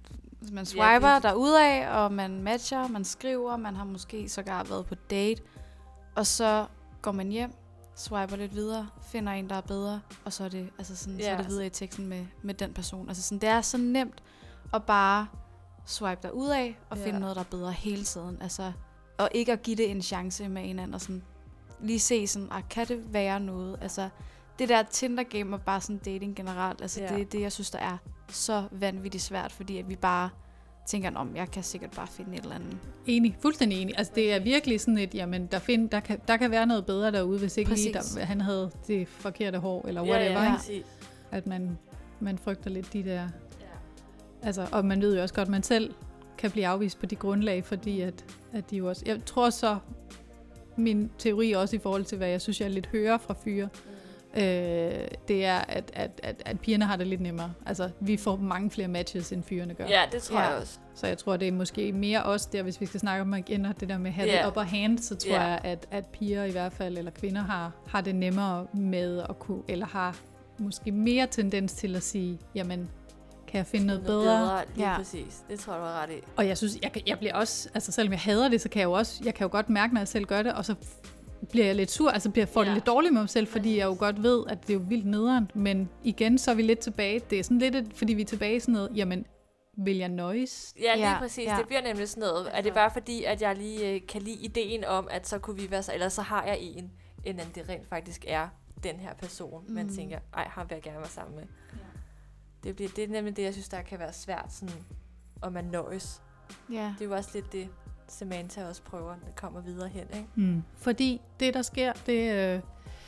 derudad, og man matcher, man skriver, man har måske sågar været på date, og så går man hjem, swiper lidt videre, finder en, der er bedre, og så er det, så er det videre i teksten med den person. Altså sådan, det er så nemt at bare swipe derudad og finde noget, der er bedre hele tiden. Altså, og ikke at give det en chance med en anden, og sådan lige se sådan, kan det være noget? Altså, det der Tinder-game og bare sådan dating generelt, altså det er det, jeg synes, der er så vanvittigt svært, fordi at vi bare tænker, jeg kan sikkert bare finde et eller andet. Enig, fuldstændig enig. Altså det er virkelig sådan et, jamen der kan være noget bedre derude, hvis ikke lige han havde det forkerte hår, eller whatever. Ja. At man frygter lidt de der... Ja. Altså, og man ved jo også godt, at man selv kan blive afvist på de grundlag, fordi at de jo også... Jeg tror så, min teori også i forhold til, hvad jeg synes, jeg lidt hører fra fyre, det er, at pigerne har det lidt nemmere. Altså, vi får mange flere matches, end fyrene gør. Ja, det tror jeg også. Så jeg tror, det er måske mere også der, hvis vi skal snakke om igen, det der med at have det upper hand, så tror jeg, at piger i hvert fald, eller kvinder har det nemmere med at kunne, eller har måske mere tendens til at sige, jamen, kan jeg finde noget bedre? Lige præcis. Det tror jeg, du har ret i. Og jeg synes, jeg bliver også, altså selvom jeg hader det, så kan jeg jo godt mærke, når jeg selv gør det, og så bliver jeg lidt sur, altså får det lidt dårligt med mig selv, fordi jeg jo godt ved, at det er jo vildt nederen. Men igen, så er vi lidt tilbage. Det er sådan lidt, fordi vi er tilbage i sådan noget, jamen, vil jeg nøjes? Ja, lige præcis. Ja. Det bliver nemlig sådan noget. Er det bare fordi, at jeg lige kan lide ideen om, at så kunne vi være så, eller så har jeg en anden, det rent faktisk er den her person, man tænker, ham vil jeg gerne være sammen med. Ja. Det er nemlig det, jeg synes, der kan være svært, sådan, om man nøjes. Ja. Det er jo også lidt det, Samantha også prøver, at kommer videre hen, ikke? Fordi det, der sker, det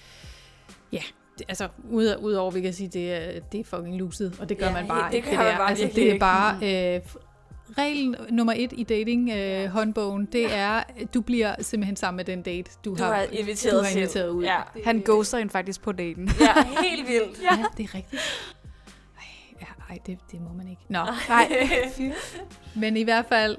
altså, udover vi kan sige, det er fucking luset, og det gør man bare ikke. Det er bare regel nummer 1 i dating håndbogen, det er, du bliver simpelthen sammen med den date, du har inviteret ud. Ja. Han ghoster hende faktisk på daten. Ja, helt vildt. Ja, det er rigtigt. Ej, det må man ikke. Nå, nej. Men i hvert fald,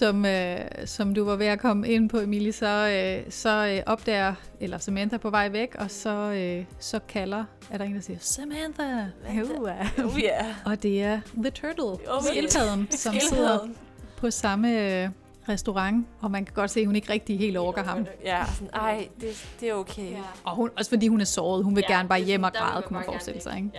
som du var ved at komme ind på, Emilie, så opdager, eller Samantha på vej væk, og så kalder, er der en, der siger, Samantha! Oh yeah. Og det er The Turtle, skildpadden, som sidder på samme restaurant, og man kan godt se, at hun ikke rigtig helt orker ham. Ja, sådan, det er okay. Ja. Og også fordi hun er såret, hun vil gerne bare hjem og græde, kunne man forestille sig, ikke? Ja.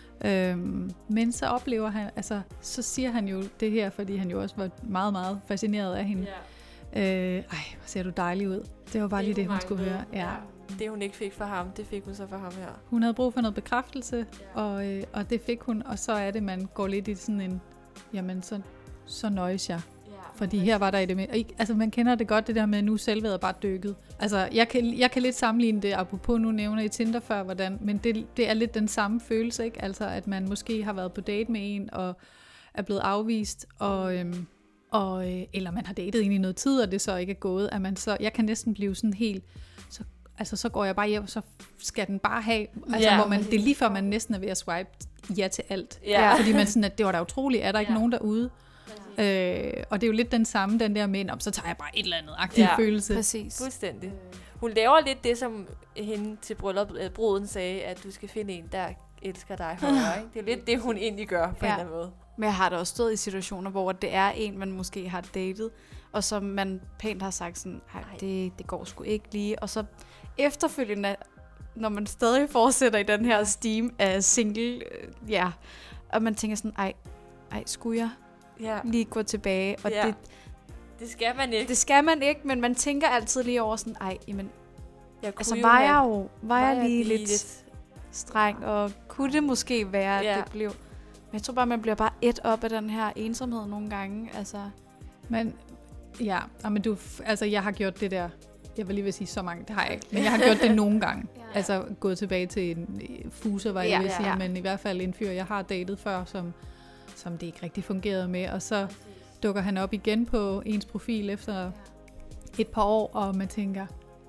Men så oplever han, altså så siger han jo det her, fordi han jo også var meget, meget fascineret af hende. Hvor ser du dejlig ud. Det var bare lige det, hun skulle høre. Ja. Det hun ikke fik for ham, det fik hun så for ham her. Hun havde brug for noget bekræftelse, og det fik hun, og så er det, man går lidt i sådan en, jamen så nøjes jeg. Fordi her var der i det med, altså man kender det godt, det der med, nu selvværdet bare dykket. Altså jeg kan lidt sammenligne det, apropos nu nævner I Tinder før, hvordan, men det er lidt den samme følelse, ikke? Altså at man måske har været på date med en, og er blevet afvist, eller man har datet en i noget tid, og det så ikke er gået, at man så, jeg kan næsten blive sådan helt, så går jeg bare hjem, så skal den bare have, altså hvor man, det er lige før man næsten er ved at swipe ja til alt. Fordi man sådan, at det var da utroligt, er der ikke nogen derude? Og det er jo lidt den samme, den der med, så tager jeg bare et eller andet aktiv følelse. Præcis. Fuldstændig. Hun laver lidt det, som hende til bruden sagde, at du skal finde en, der elsker dig højere. Ikke? Det er lidt det, hun egentlig gør på en eller anden måde. Men jeg har da også stået i situationer, hvor det er en, man måske har datet, og som man pænt har sagt sådan, det går sgu ikke lige. Og så efterfølgende, når man stadig fortsætter i den her steam af single, og man tænker sådan, skulle jeg lige gå tilbage? Og det skal man ikke. Det skal man ikke, men man tænker altid lige over sådan, var jeg lige lidt streng, og kunne det måske være, at det blev... Men jeg tror bare, man bliver bare et op af den her ensomhed nogle gange. Altså. Men jeg har gjort det der, jeg vil lige vil sige så mange, det har jeg ikke, men jeg har gjort det nogle gange. Altså gået tilbage til en fuser, var jeg vil sige, men i hvert fald en fyr, jeg har datet før, som det ikke rigtig fungerede med, og så dukker han op igen på ens profil efter et par år, og man tænker,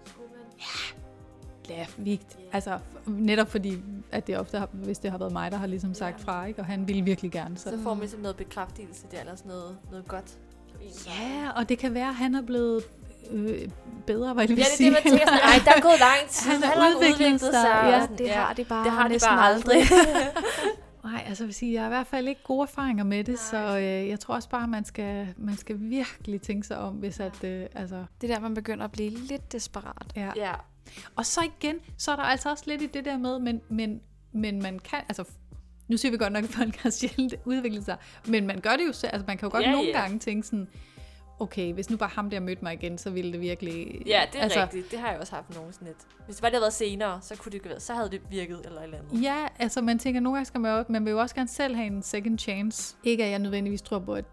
altså netop fordi, at det ofte, hvis det har været mig, der har ligesom sagt fra, ikke? Og han ville virkelig gerne. Så får man ligesom noget bekræftelse der, eller sådan noget godt. Ja, og det kan være, at han er blevet bedre, hvad jeg vil sige. Ja, det er det, man tænker sådan, der er gået lang tid, han har udviklet sig. Ja, det har de bare aldrig. Nej, altså vil sige, jeg har i hvert fald ikke gode erfaringer med det, så jeg tror også bare, man skal virkelig tænke sig om, hvis at, altså... Det der, man begynder at blive lidt desperat. Ja. Og så igen, så er der altså også lidt i det der med, men man kan, altså... Nu siger vi godt nok, at folk har sjældent udviklet sig, men man gør det jo selv, altså man kan jo godt nogle gange tænke sådan, okay, hvis nu bare ham der mødte mig igen, så ville det virkelig... Ja, det er rigtigt. Det har jeg også haft nogen sådan lidt. Hvis det bare havde været senere, så kunne det så havde det virket eller et eller andet. Ja, altså man tænker, nogle gange skal man vil jo også gerne selv have en second chance. Ikke at jeg nødvendigvis tror på, at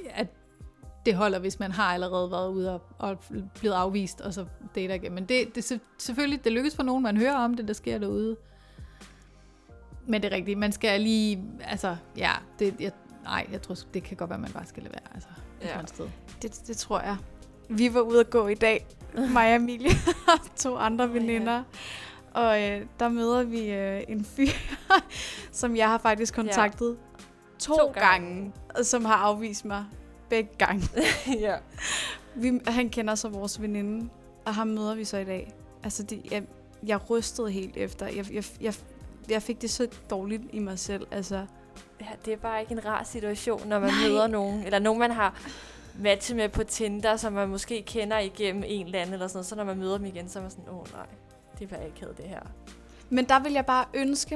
det holder, hvis man har allerede været ude og blevet afvist, og så dater igen. Men det selvfølgelig, det lykkes for nogen, man hører om det, der sker derude. Men det er rigtigt, man skal lige, altså, jeg tror, det kan godt være, man bare skal lade være, altså, et sted. Det tror jeg. Vi var ude at gå i dag, mig og Emilie og 2 andre veninder, og der møder vi en fyr, som jeg har faktisk kontaktet 2 gange, som har afvist mig begge gange. Han kender så vores veninde, og ham møder vi så i dag. Altså, jeg rystede helt efter. Jeg fik det så dårligt i mig selv, altså. Ja, det er bare ikke en rar situation, når man møder nogen, eller nogen, man har matchet med på Tinder, som man måske kender igennem en eller anden, eller sådan noget. Så når man møder dem igen, så er man sådan, nej, det var ikke det her. Men der vil jeg bare ønske,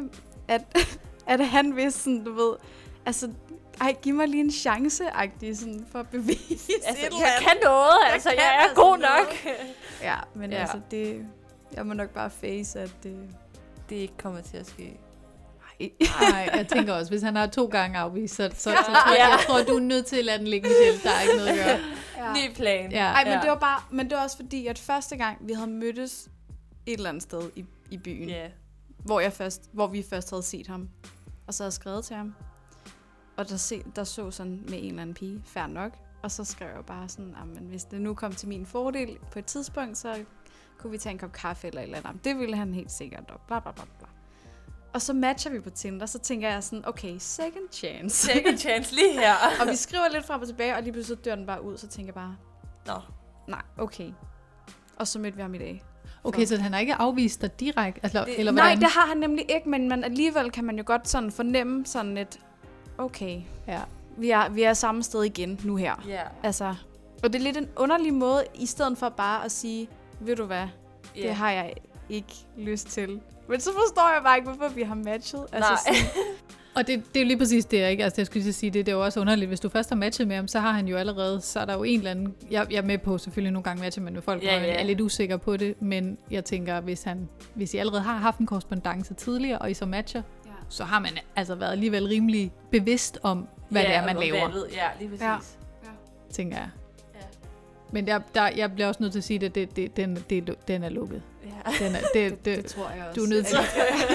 at han vidste sådan, du ved, altså, giv mig lige en chance-agtig, sådan, for at bevise altså, jeg kan noget, altså, jeg er god nok. Ja, men altså, jeg må nok bare face, at det ikke kommer til at ske. Nej, jeg tænker også, hvis han har 2 gange afvist, så jeg tror, du er nødt til at lade den ligge selv. Der er ikke noget at gøre. Ny plan. Men det var også fordi, at første gang, vi havde mødtes et eller andet sted i byen, hvor vi først havde set ham, og så havde skrevet til ham, og der så sådan med en eller anden pige, fair nok, Og så skrev jeg bare sådan, men hvis det nu kom til min fordel på et tidspunkt, så kunne vi tage en kop kaffe eller et eller andet. Det ville han helt sikkert, og bla bla bla bla. Og så matcher vi på Tinder, så tænker jeg sådan, okay, second chance. Second chance lige her. Og vi skriver lidt frem og tilbage, og lige pludselig dør den bare ud, så tænker jeg bare, nej, okay. Og så mødte vi ham i dag. Okay, så han har ikke afvist dig direkte? Altså, eller nej, det har han nemlig ikke, men alligevel kan man jo godt sådan fornemme sådan lidt, okay, vi er samme sted igen nu her. Yeah. Altså, og det er lidt en underlig måde, i stedet for bare at sige, ved du hvad, det har jeg ikke lyst til. Men så forstår jeg bare ikke, hvorfor vi har matchet. Altså, og det er jo lige præcis det, ikke? Altså, jeg skulle lige sige, det er jo også underligt. Hvis du først har matchet med ham, så har han jo allerede, så er der jo en eller anden... Jeg er med på, selvfølgelig nogle gange matcher man med folk, hvor man er lidt usikker på det, men jeg tænker, hvis I allerede har haft en korrespondance tidligere, og I så matcher, så har man altså været alligevel rimelig bevidst om, hvad det er, man laver. Ja, lige præcis. Ja. Tænker jeg. Ja. Men jeg bliver også nødt til at sige, at den er lukket. Ja. Det tror jeg også. Du er nødt til.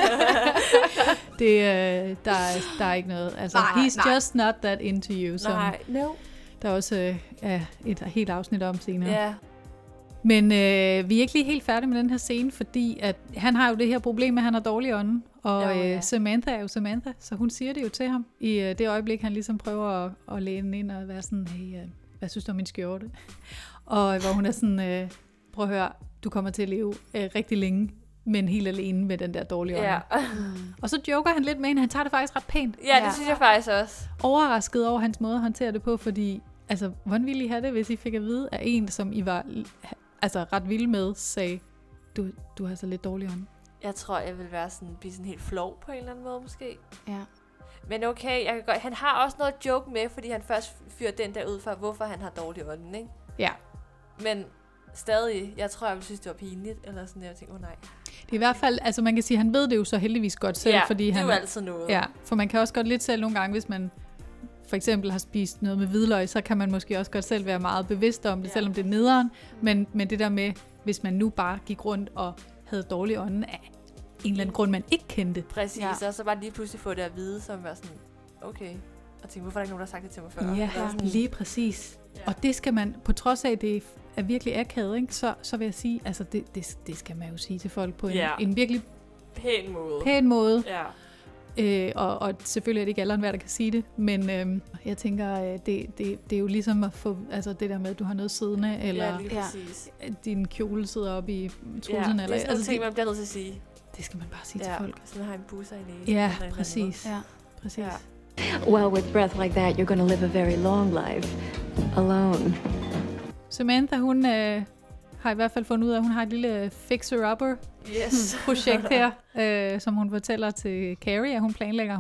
Der er ikke noget. Altså, he's just not that into you. Der er også et helt afsnit om senere. Ja. Men vi er ikke lige helt færdige med den her scene, fordi at han har jo det her problem med, at han har dårlig ånden. Og Samantha er jo Samantha, så hun siger det jo til ham. I det øjeblik, han ligesom prøver at læne ind og være sådan, hey, hvad synes du om min skjorte? Og hvor hun er sådan, prøv at høre, du kommer til at leve rigtig længe, men helt alene med den der dårlige ånd. Ja. Og så joker han lidt med hende, han tager det faktisk ret pænt. Ja, det synes jeg faktisk også. Overrasket over hans måde at håndtere det på, fordi, altså, hvordan ville I have det, hvis I fik at vide af en, som I var ret vilde med, sagde, du har så lidt dårlig ånd? Jeg tror, jeg vil blive sådan helt flov på en eller anden måde, måske. Ja. Men okay, han har også noget joke med, fordi han først fyrer den der ud for, hvorfor han har dårlig ånden, ikke? Ja. Men stadig, jeg tror, jeg ville synes, det var pinligt, eller sådan der, jeg tænkte, nej. Det er i hvert fald, altså man kan sige, han ved det jo så heldigvis godt selv, fordi det er han... jo altid noget. Ja, for man kan også godt lidt selv nogle gange, hvis man for eksempel har spist noget med hvidløg, så kan man måske også godt selv være meget bevidst om det, selvom det er nederen, men det der med, hvis man nu bare gik rundt og havde dårlig ånden af en eller anden grund, man ikke kendte. Præcis, og så bare lige pludselig få det at vide, som var sådan, okay, og tænke, hvorfor er der ikke nogen, der har sagt det til mig før? Ja, lige præcis. Ja. Og det skal man, på trods af, det er virkelig akavet, ikke? Så vil jeg sige, altså det skal man jo sige til folk på en virkelig pæn måde. Ja. Og selvfølgelig er det ikke alle, der kan sige det, men jeg tænker, det er jo ligesom at få, altså det der med, at du har noget siddende, eller din kjole sidder op i trussen. Ja, det er sådan nogle ting, man bliver nødt til at sige. Det skal man bare sige til folk. Sådan har en busser i næsen. Ja, præcis. Ja, præcis. Ja. Well, with breath like that, you're going to live a very long life. Alone. Samantha, hun har i hvert fald fundet ud af, at hun har et lille fixer-upper projekt her, som hun fortæller til Carrie, at hun planlægger,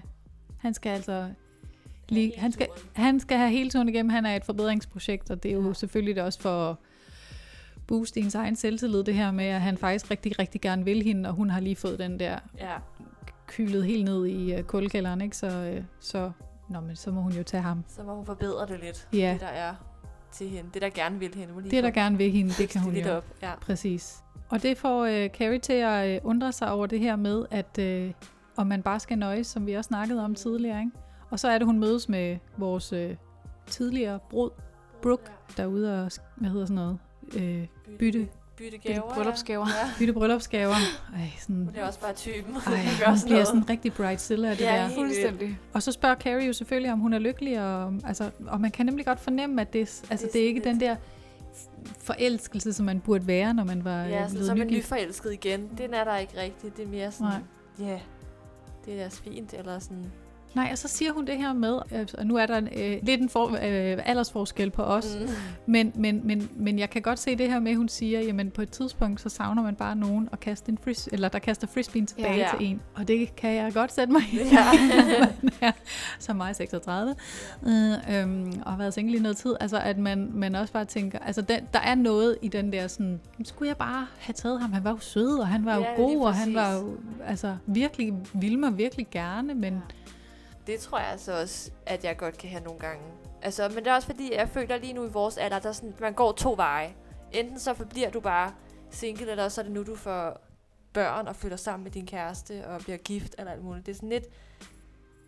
han skal have hele turen igennem. Han er et forbedringsprojekt, og det er jo selvfølgelig det også for at booste ens egen selvtillid, det her med, at han faktisk rigtig, rigtig gerne vil hende, og hun har lige fået den der kylet helt ned i kuldekælderen, ikke? Så må hun jo tage ham. Så må hun forbedre det lidt, det der er til hende. Det, der gerne vil hende. Det, der gerne vil hende, det kan hun jo. Ja. Præcis. Og det får Carrie til at undre sig over det her med, at om man bare skal nøjes, som vi også snakkede om tidligere, ikke? Og så er det, hun mødes med vores tidligere brud, Brooke, derude og, hvad hedder sådan noget? Bytte bryllupsgaver. Bytte bryllupsgaver. Hun er også bare typen. Hun bliver sådan rigtig Bridezilla af det der. Fuldstændig. Og så spørger Carrie jo selvfølgelig, om hun er lykkelig, og man kan nemlig godt fornemme, at det er ikke den der forelskelse, som man burde være, når man var blevet nygift. Så man nyforelsket igen. Den er der ikke rigtigt. Det er mere sådan, det er fint, eller sådan... Nej, og så siger hun det her med, og nu er der lidt en aldersforskel på os, men jeg kan godt se det her med, hun siger, jamen på et tidspunkt, så savner man bare nogen at kaste der kaster frisbeen tilbage til en, og det kan jeg godt sætte mig i, som mig 36, og har været single i noget tid, altså at man også bare tænker, altså der er noget i den der sådan, skulle jeg bare have taget ham, han var jo sød, og han var jo god, og han var jo, altså virkelig, ville mig virkelig gerne, men... Det tror jeg altså også, at jeg godt kan have nogle gange. Altså, men det er også fordi, jeg føler lige nu i vores alder, der sådan, man går 2 veje. Enten så forbliver du bare single, eller så er det nu, du får børn og flytter sammen med din kæreste og bliver gift eller alt muligt. Det er sådan lidt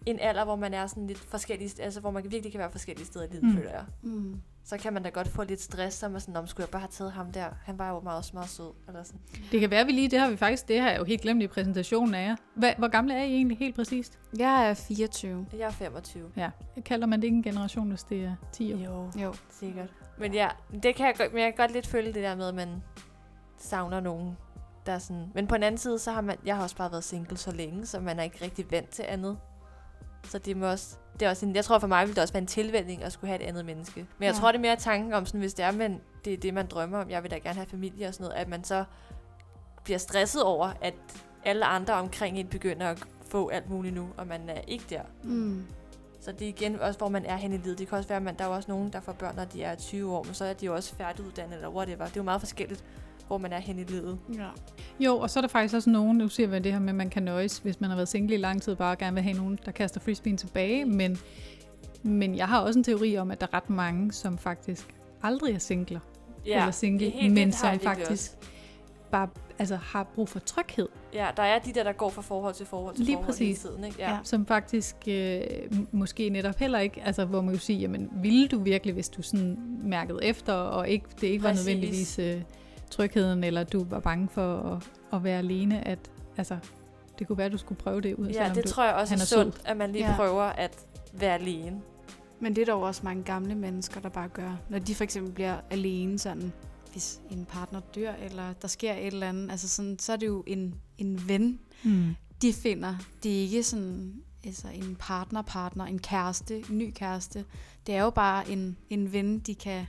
en alder, hvor man er sådan lidt forskellige, altså hvor man virkelig kan være forskellige steder i livet, føler jeg. Så kan man da godt få lidt stress, så man sådan, om skulle jeg bare have taget ham der? Han var jo meget sød, eller sådan. Det kan være, vi lige, det har jeg jo helt glemt i præsentationen af jer. Hvor gamle er I egentlig helt præcist? Jeg er 24. Jeg er 25. Ja. Kalder man det ikke en generation, hvis det er 10 år? Jo, sikkert. Men ja, det kan jeg kan godt lidt føle det der med, at man savner nogen, der er sådan. Men på en anden side, så har jeg har også bare været single så længe, så man er ikke rigtig vant til andet. Så det er også jeg tror for mig ville det også være en tilvænning at skulle have et andet menneske. Men jeg tror det er mere tanken om sådan, hvis det er, men det er det man drømmer om. Jeg vil da gerne have familie og sådan noget, at man så bliver stresset over, at alle andre omkring en begynder at få alt muligt nu, og man er ikke der. Så det er igen også, hvor man er hen i livet. Det kan også være, at der er også nogen, der får børn, når de er 20 år, men så er de jo også færdiguddannet eller whatever. Det er jo meget forskelligt, hvor man er hen i livet. Ja. Jo, og så er der faktisk også nogen, nu siger vi det her med, at man kan nøjes, hvis man har været single i lang tid, bare gerne vil have nogen, der kaster frisbeen tilbage, men jeg har også en teori om, at der er ret mange, som faktisk aldrig er singler, eller single, men som faktisk bare har brug for tryghed. Ja, der er de der går fra forhold til forhold til lige forhold præcis. Hele tiden, ikke? Ja. Som faktisk måske netop heller ikke, altså hvor man jo sige, jamen ville du virkelig, hvis du sådan mærkede efter, og det ikke var nødvendigvis trygheden, eller du var bange for at være alene, at altså, det kunne være, at du skulle prøve det ud. Ja, det tror jeg også er sundt, at man lige prøver at være alene. Men det er dog også mange gamle mennesker, der bare gør. Når de for eksempel bliver alene, sådan, hvis en partner dør, eller der sker et eller andet, altså sådan, så er det jo en ven, de finder. Det er ikke sådan altså en partner, en kæreste, en ny kæreste. Det er jo bare en ven, de kan.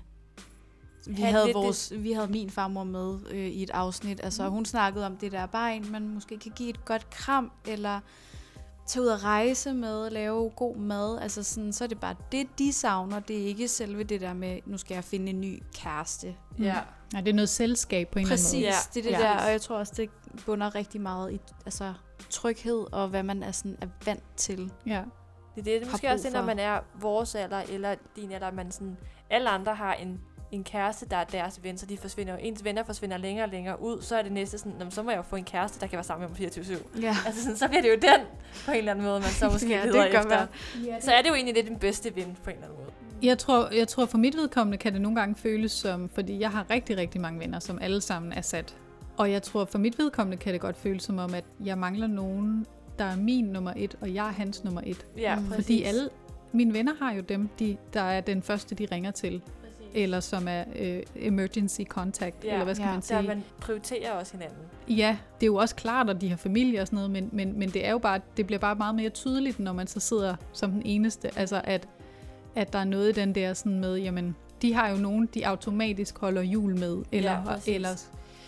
Vi havde min farmor med i et afsnit, altså hun snakkede om det der, bare en, man måske kan give et godt kram, eller tage ud at rejse med, lave god mad, altså sådan, så er det bare det, de savner, det er ikke selve det der med, nu skal jeg finde en ny kæreste. Ja, det er noget selskab på en eller anden måde. Præcis, det er det der, og jeg tror også, det bunder rigtig meget i altså, tryghed, og hvad man er vant til. Ja. Det er måske også det, når man er vores alder, eller din alder, man sådan, alle andre har en kæreste, der er deres ven, så de forsvinder, ens venner forsvinder længere og længere ud, så er det næste sådan, så må jeg jo få en kæreste, der kan være sammen med mig 24/7. Ja. Altså sådan, så bliver det jo den, på en eller anden måde, man så måske leder efter. Så er det jo egentlig lidt den bedste ven, på en eller anden måde. Jeg tror for mit vedkommende kan det nogle gange føles som, fordi jeg har rigtig, rigtig mange venner, som alle sammen er sat. Og jeg tror for mit vedkommende kan det godt føles som om, at jeg mangler nogen, der er min nummer 1, og jeg er hans nummer 1. Ja, fordi alle mine venner har jo dem, der er den første, de ringer til. Eller som er emergency contact, eller hvad skal man sige. Ja, man prioriterer også hinanden. Ja, det er jo også klart, at de har familie og sådan noget, men det er jo bare, det bliver bare meget mere tydeligt, når man så sidder som den eneste. Altså, at der er noget i den der sådan med, jamen, de har jo nogen, de automatisk holder jul med, eller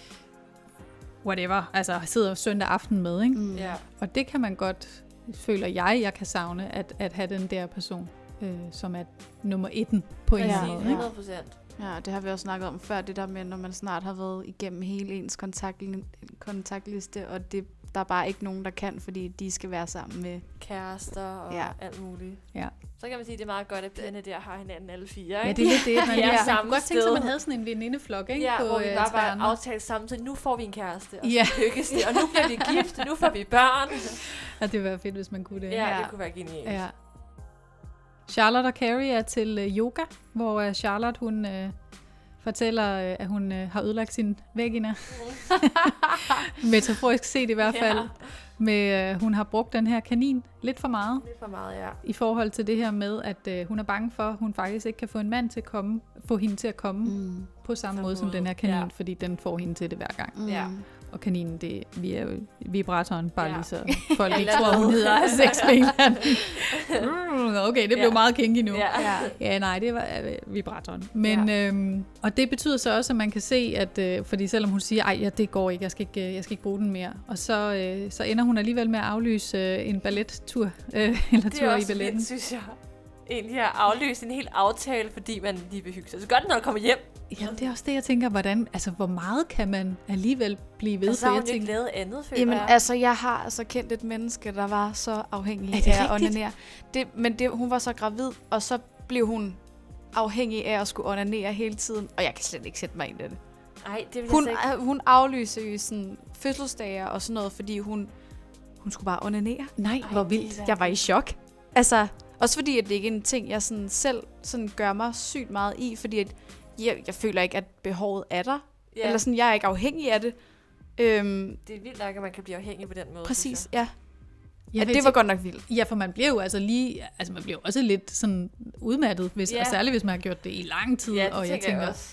whatever, altså sidder søndag aften med, ikke? Ja. Og det kan man godt, føler jeg kan savne, at have den der person. Som er nummer 1 på en måde. 100%. Ja, det har vi også snakket om før, det der med, når man snart har været igennem hele ens kontaktliste, og der er bare ikke nogen, der kan, fordi de skal være sammen med kærester og alt muligt. Ja. Så kan man sige, at det er meget godt, at pigerne der har hinanden alle 4. Ikke? Ja, det er lidt det. Man kunne godt tænke sig, at man havde sådan en venindeflok, ikke? Ja, på, hvor vi bare aftalt samtidig, nu får vi en kæreste, og så lykkes det, og nu bliver vi gift, nu får vi børn. Ja, det ville være fedt, hvis man kunne det. Ja, det kunne være genialt. Ja. Charlotte og Carrie er til yoga, hvor Charlotte hun fortæller, at hun har ødelagt sin vagina. Metaforisk set i hvert fald. Med, hun har brugt den her kanin lidt for meget. Lidt for meget, ja. I forhold til det her med, at hun er bange for, at hun faktisk ikke kan få en mand til at komme, få hende til at komme på samme måde som den her kanin, fordi den får hende til det hver gang. Ja. Og kaninen, vi er jo vibratoren, bare lige så folk ikke tror, hun hedder sex med en okay, det blev meget kinky nu. Ja, nej, det var vibratoren. Men, og det betyder så også, at man kan se, at fordi selvom hun siger, ej, det går ikke, jeg skal ikke bruge den mere. Og så ender hun alligevel med at aflyse en ballettur, eller tur i balletten. Det er også vildt, synes jeg. Egentlig at aflyse en hel aftale, fordi man lige vil hygge sig. Så godt, når du kommer hjem. Jamen, det er også det, jeg tænker, hvor meget kan man alligevel blive ved? Altså, har hun ikke lavet andet, føler jeg? Altså, jeg har altså kendt et menneske, der var så afhængig af at onanere. Men hun var så gravid, og så blev hun afhængig af at skulle onanere hele tiden, og jeg kan slet ikke sætte mig ind i det. Ej, det vil jeg ikke. Hun aflyste jo sådan fødselsdage og sådan noget, fordi hun skulle bare onanere. Nej, hvor vildt. Jeg var i chok. Altså, også fordi, at det ikke er en ting, jeg sådan selv sådan gør mig sygt meget i, fordi at jeg føler ikke, at behovet er der. Yeah. Eller sådan, jeg er ikke afhængig af det. Det er vildt nok, at man kan blive afhængig på den måde. Præcis, ja. Det var godt nok vildt. Ja, for man bliver jo man bliver også lidt sådan udmattet, og særligt hvis man har gjort det i lang tid. Ja, det og jeg tænker også.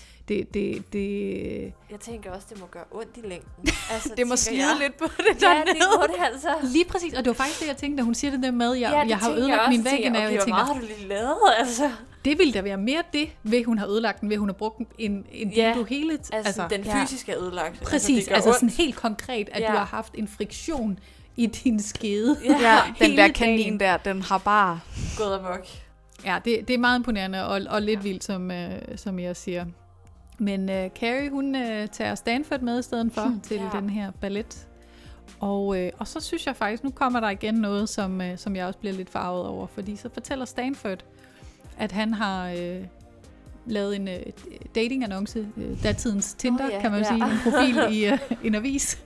Jeg tænker også, det må gøre ondt i længden. Altså, det må slide lidt på det dernede. Ja, det må det altså. Lige præcis, og det var faktisk det, jeg tænkte, da hun siger det der med, jeg har ødelagt min væg, og jeg tænker, hvor meget har du lige lavet, altså? Det ville da være mere det, ved hun har ødelagt den, ved hun har brugt en dildo hele altså den fysiske er ødelagt. Præcis, altså sådan helt konkret, at du har haft en friktion i din skede. Ja, den der kanin der, den har bare gået amok. Ja, det er meget imponerende og lidt vildt, som jeg siger. Men Carrie, hun tager Stanford med i stedet for til den her ballet. Og så synes jeg faktisk, nu kommer der igen noget, som jeg også bliver lidt farvet over, fordi så fortæller Stanford, at han har lavet en datingannonce, datidens Tinder, kan man sige, en profil i en avis,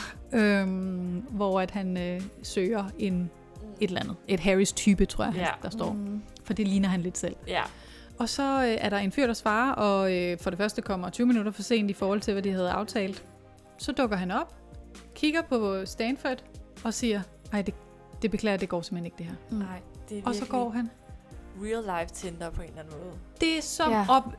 hvor at han søger et eller andet. Et Harrys type, tror jeg, der står. For det ligner han lidt selv. Ja. Og så er der en fyr, der svarer, og for det første kommer 20 minutter for sent i forhold til, hvad de havde aftalt. Så dukker han op, kigger på Stanford og siger, ej, det beklager, det går simpelthen ikke det her. Nej, det er og så går han. Real life Tinder på en eller anden måde. Det er som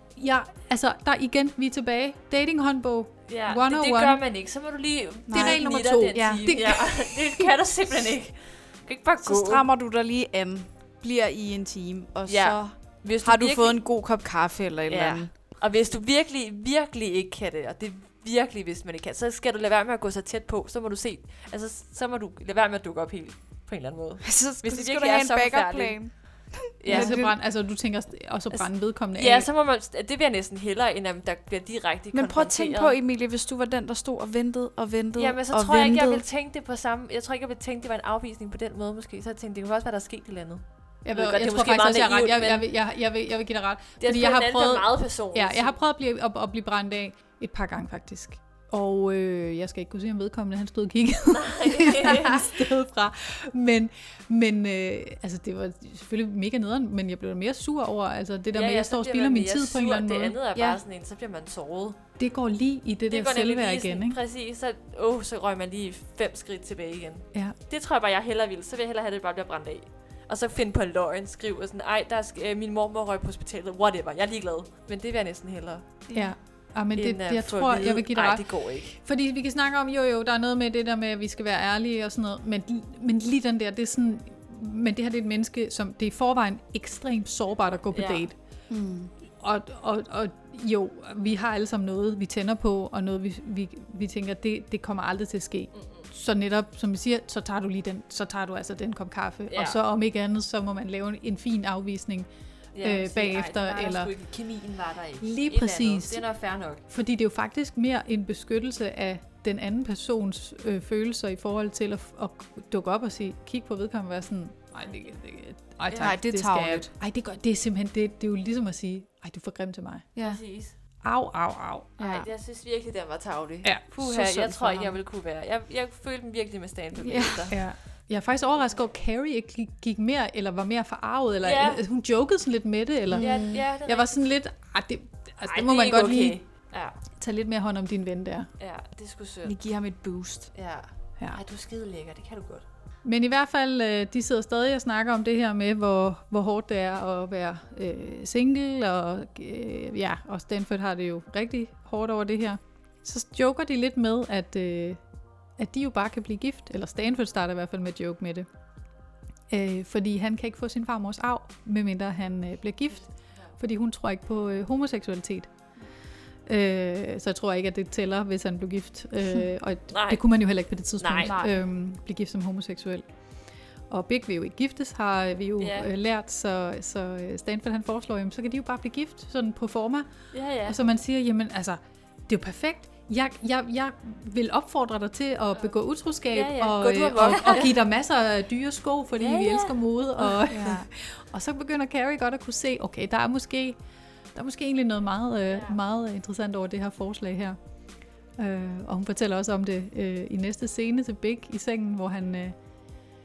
der igen, vi er tilbage. Dating-håndbog. Ja, det gør man ikke. Så må du lige... Det er regel nummer 2. Det kan du simpelthen ikke. Du kan ikke bare gå. Så strammer du dig lige an, bliver i en time, og så har du fået en god kop kaffe eller et eller andet. Og hvis du virkelig, virkelig ikke kan det, og det er virkelig, hvis man ikke kan, så skal du lade være med at gå så tæt på. Så må du se, altså så må du lade være med at dukke op helt på en eller anden måde. Så hvis det skal du have en backup-plan. Altså du tænker også at brænde vedkommende af. Ja, så må man, det vil jeg næsten hellere, end at der bliver direkte konfronteret. Men prøv at tænke på, Emilie, hvis du var den, der stod og ventede og ventede. Jamen, så tror jeg ikke, jeg ville tænke det på samme. Jeg tror ikke, jeg ville tænke, det var en afvisning på den måde måske. Så jeg tænkte, det kunne også være, der er sket et eller andet. Jeg tror faktisk også, jeg vil give dig ret. Fordi jeg har prøvet meget personligt. Ja, jeg har prøvet at blive brændt af et par gange faktisk. Og jeg skal ikke kunne se om vedkommende, han stod og kiggede et sted fra. Men altså, det var selvfølgelig mega nederen, men jeg blev mere sur over altså, det der med, at jeg står og spilder min tid på en eller anden måde. Det andet er bare sådan en, så bliver man såret. Det går lige i det der selvværd igen, ikke? Præcis, så røg man lige 5 skridt tilbage igen. Ja. Det tror jeg bare, jeg hellere vil. Så vil jeg hellere have, at det bare bliver brændt af. Og så finde på en løgn, skrive og sådan, min mormor røg på hospitalet, whatever, jeg er ligeglad. Men det vil jeg næsten hellere. Ja. Men det, jeg tror, jeg vil give dig ret. Nej, det går ikke. Fordi vi kan snakke om, der er noget med det der med, at vi skal være ærlige og sådan noget, men lige den der, det er sådan, men det her det er et menneske, som det er i forvejen ekstremt sårbart at gå på date. Og jo, vi har alle sammen noget, vi tænder på, og noget, vi tænker, det kommer aldrig til at ske. Så netop, som vi siger, så tager du altså den kop kaffe, og så om ikke andet, så må man lave en fin afvisning. Bagefter, eller kemien var der ikke. Lige præcis. Det er nok fair nok. Fordi det er jo faktisk mere en beskyttelse af den anden persons følelser i forhold til at dukke op og sige, kig på vedkommende og være sådan, det er tarveligt. Det er simpelthen, det er jo ligesom at sige, du er for grim til mig. Ja. Præcis. Au. Nej, jeg synes virkelig, den var tarvelig. Ja. Jeg tror ikke, jeg ville kunne være. Jeg følte den virkelig med Stanford. Ja. Jeg er faktisk overrasket over, at Carrie ikke gik mere, eller var mere forarvet, eller hun jokede sådan lidt med det, eller jeg var sådan lidt, det må man godt lige tage lidt mere hånd om din ven der. Ja, det skulle sødt. Vi giver ham et boost. Ja. Ej, du er skide lækker, det kan du godt. Men i hvert fald, de sidder stadig og snakker om det her med, hvor hårdt det er at være single, og Stanford har det jo rigtig hårdt over det her. Så joker de lidt med, at de jo bare kan blive gift, eller Stanford starter i hvert fald med at joke med det. Fordi han kan ikke få sin farmors arv, medmindre han bliver gift, fordi hun tror ikke på homoseksualitet. Så jeg tror ikke, at det tæller, hvis han blev gift. Og det kunne man jo heller ikke på det tidspunkt blive gift som homoseksuel. Og Big vil jo ikke giftes, har vi jo lært, så Stanford han foreslår, jamen, så kan de jo bare blive gift, sådan på forma. Ja. Og så man siger, jamen altså, det er jo perfekt. Jeg vil opfordre dig til at begå utroskab og give dig masser af dyre sko, fordi vi elsker mode. Og så begynder Carrie godt at kunne se, okay, der er måske egentlig noget meget interessant over det her forslag her. Og hun fortæller også om det i næste scene til Big i sengen, hvor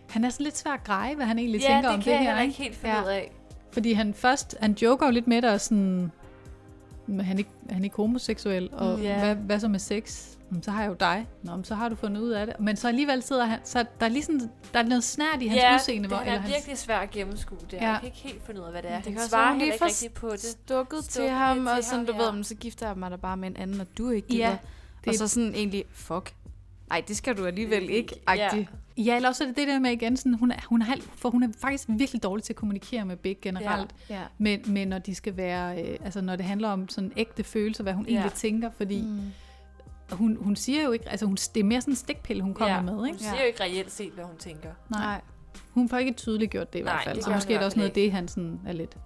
Han er sådan lidt svær at greje, hvad han egentlig tænker om det her. Ja, det kan jeg ikke helt finde ud af. Fordi han joker jo lidt med det, og sådan, han er ikke homoseksuel, og hvad så med sex? Så har jeg jo dig. Så har du fundet ud af det. Men så alligevel sidder han, så der er ligesom, der er noget snært i hans udseende. Ja, det er virkelig svært at gennemskue det. Jeg kan ikke helt finde ud af, hvad det er. Det kan svare heller ikke rigtigt på det. Stukket til ham, og sådan, du ved, så gifter jeg mig da bare med en anden, og du ikke gider. Og så sådan egentlig, fuck. Ej, det skal du alligevel ikke, agtigt. Ja, eller også er det der med igen, sådan, hun er faktisk virkelig dårlig til at kommunikere med Big generelt. Ja. Men når de skal være, altså når det handler om sådan ægte følelser, hvad hun egentlig tænker, fordi hun siger jo ikke, altså det er mere sådan en stikpille, hun kommer med, ikke? Hun siger jo ikke reelt set, hvad hun tænker. Nej. Hun får ikke tydeligt gjort det i hvert fald, så måske er det også noget af det, han sådan er lidt,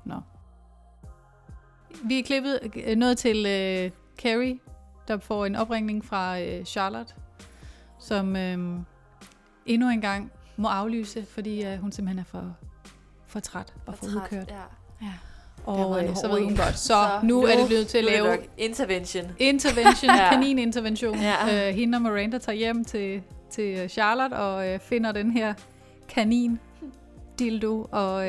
Vi er klippet noget til Carrie, der får en opringning fra Charlotte, som endnu en gang må aflyse, fordi hun simpelthen er for træt og for udkørt. Ja. Og så ved hun godt, så nu er det blevet til at lave intervention, kaninintervention. Hende og Miranda tager hjem til Charlotte og finder den her kanin dildo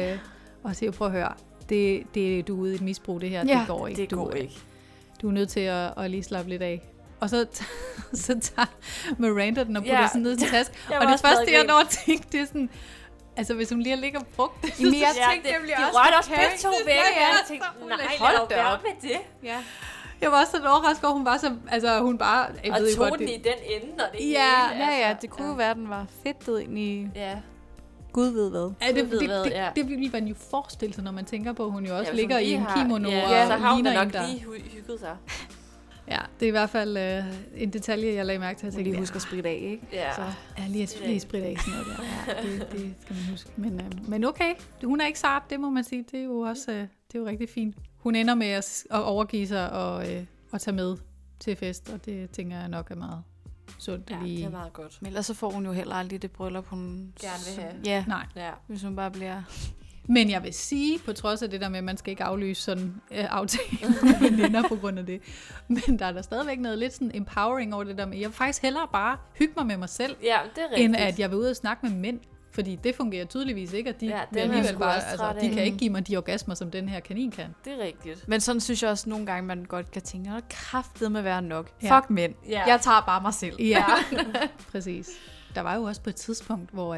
og siger, prøv at høre, det du er ude i et misbrug, det her, det går ikke. Det går ikke. Du er nødt til at lige slappe lidt af. Og så tager Miranda den og putter sådan ned til tasken. Og det første, jeg når at tænke, det er sådan, altså hvis hun lige har ligget og brugt det. Men jeg tænkte, det bliver også rørte også begge to væk. Jeg tænkte, nej, hold da op med det. Ja. Jeg var også sådan overrasket over, hun var så, altså hun bare... Og tog den i den ende, og det hele. Ja, det kunne jo være, den var fedtet ind i... Ja. Gud ved hvad. Det vil man jo forestille sig, når man tænker på, at hun jo også ligger i en kimono og så har hun ligner nok lige hygget sig. Ja, det er i hvert fald en detalje, jeg lagde mærke til. Jeg tænkte, lige huske at spritte af, ikke? Ja. Så lige spritte af sådan noget der. Ja, det skal man huske. Men okay, hun er ikke sart, det må man sige. Det er jo også det er jo rigtig fint. Hun ender med at overgive sig og tage med til fest, og det tænker jeg nok er meget sundt. Ja, det er meget godt. Men ellers så får hun jo heller aldrig det bryllup, hun gerne vil have. Ja, nej. Ja. Hvis hun bare bliver... Men jeg vil sige, på trods af det der med, at man skal ikke aflyse sådan aftalen med veninder på grund af det, men der er der stadigvæk noget lidt sådan empowering over det der med, jeg vil faktisk hellere bare hygge mig med mig selv, ja, det er rigtigt, end at jeg vil ud og snakke med mænd. Fordi det fungerer tydeligvis ikke, at de vil alligevel bare, altså, de kan ikke give mig de orgasmer, som den her kanin kan. Det er rigtigt. Men sådan synes jeg også nogle gange, man godt kan tænke, at kraftedeme være nok. Ja. Fuck mænd. Ja. Jeg tager bare mig selv. Ja, præcis. Der var jo også på et tidspunkt, hvor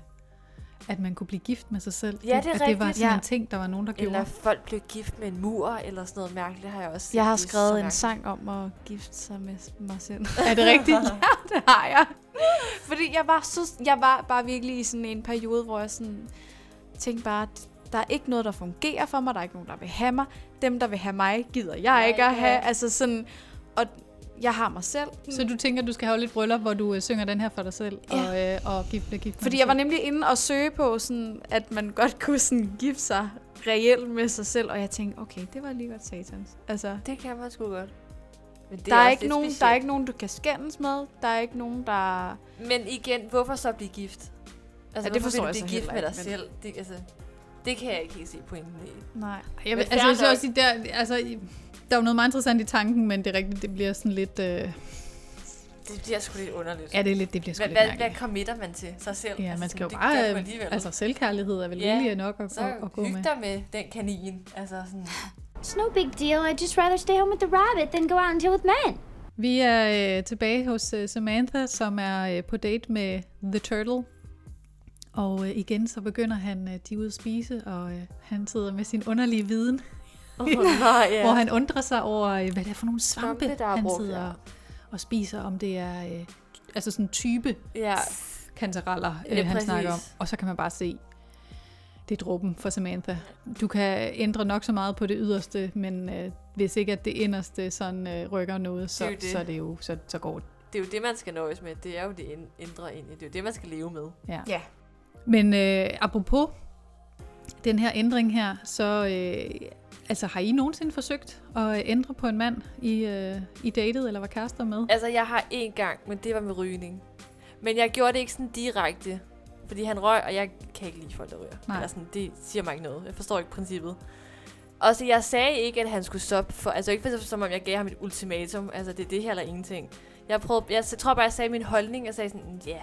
at man kunne blive gift med sig selv. Ja, det er rigtigt. At det var sådan en ting, der var nogen, der gjorde. Eller folk blev gift med en mur, eller sådan noget mærkeligt, har jeg også set. Jeg har skrevet en sang om at gifte sig med mig selv. Er det rigtigt? Ja, det har jeg. Fordi jeg var bare virkelig i sådan en periode, hvor jeg sådan tænkte bare, der er ikke noget, der fungerer for mig, der er ikke nogen, der vil have mig. Dem, der vil have mig, gider jeg ikke at have. Altså sådan, og jeg har mig selv. Så du tænker, du skal have lidt bryllup, hvor du synger den her for dig selv, og bliver gift. Fordi jeg var nemlig inde og søge på, sådan, at man godt kunne sådan gifte sig reelt med sig selv, og jeg tænkte, okay, det var lige godt satans. Altså, det kan man sgu godt. Men det der er ikke nogen, du kan skændes med. Der er ikke nogen, der... Men igen, hvorfor så blive gift? Altså, det forstår jeg så blive gift med dig selv? Det kan jeg ikke helt se pointen i. Nej. Jeg vil også sige, der er jo noget meget interessant i tanken, men det er rigtigt, det bliver sådan lidt... Det bliver sgu lidt underligt. Ja, det bliver sgu lidt mærkeligt. Hvad committer man til sig selv? Ja, man skal jo bare... Altså, selvkærlighed er vel virkelig nok at gå med. Så hyg dig med den kanin. Altså sådan... It's no big deal. I'd just rather stay home with the rabbit than go out and deal with men. Vi er tilbage hos Samantha, som er på date med The Turtle. Og igen så begynder han de ud at spise, og han sidder med sin underlige viden. Hvor han undrer sig over, hvad det er for nogle svampe han sidder og spiser, om det er altså sådan en type kantareller, han snakker om. Og så kan man bare se, det er dråben for Samantha. Du kan ændre nok så meget på det yderste, men hvis ikke at det inderste sådan rykker noget, så er det jo, så går det. Det er jo det, man skal nøjes med. Det er jo det indre ind i. Det er jo det, man skal leve med. Ja. Men apropos den her ændring her, så altså har I nogensinde forsøgt at ændre på en mand i datet, eller var kærester med? Altså jeg har én gang, men det var med rygning. Men jeg gjorde det ikke sådan direkte, fordi han røg, og jeg kan ikke lide folk, der ryger. Eller sådan, det siger mig ikke noget. Jeg forstår ikke princippet. Og så jeg sagde ikke, at han skulle stoppe, altså ikke som om jeg gav ham et ultimatum, altså det er det her eller ingenting. Jeg tror bare, jeg sagde min holdning, og sagde sådan, ja,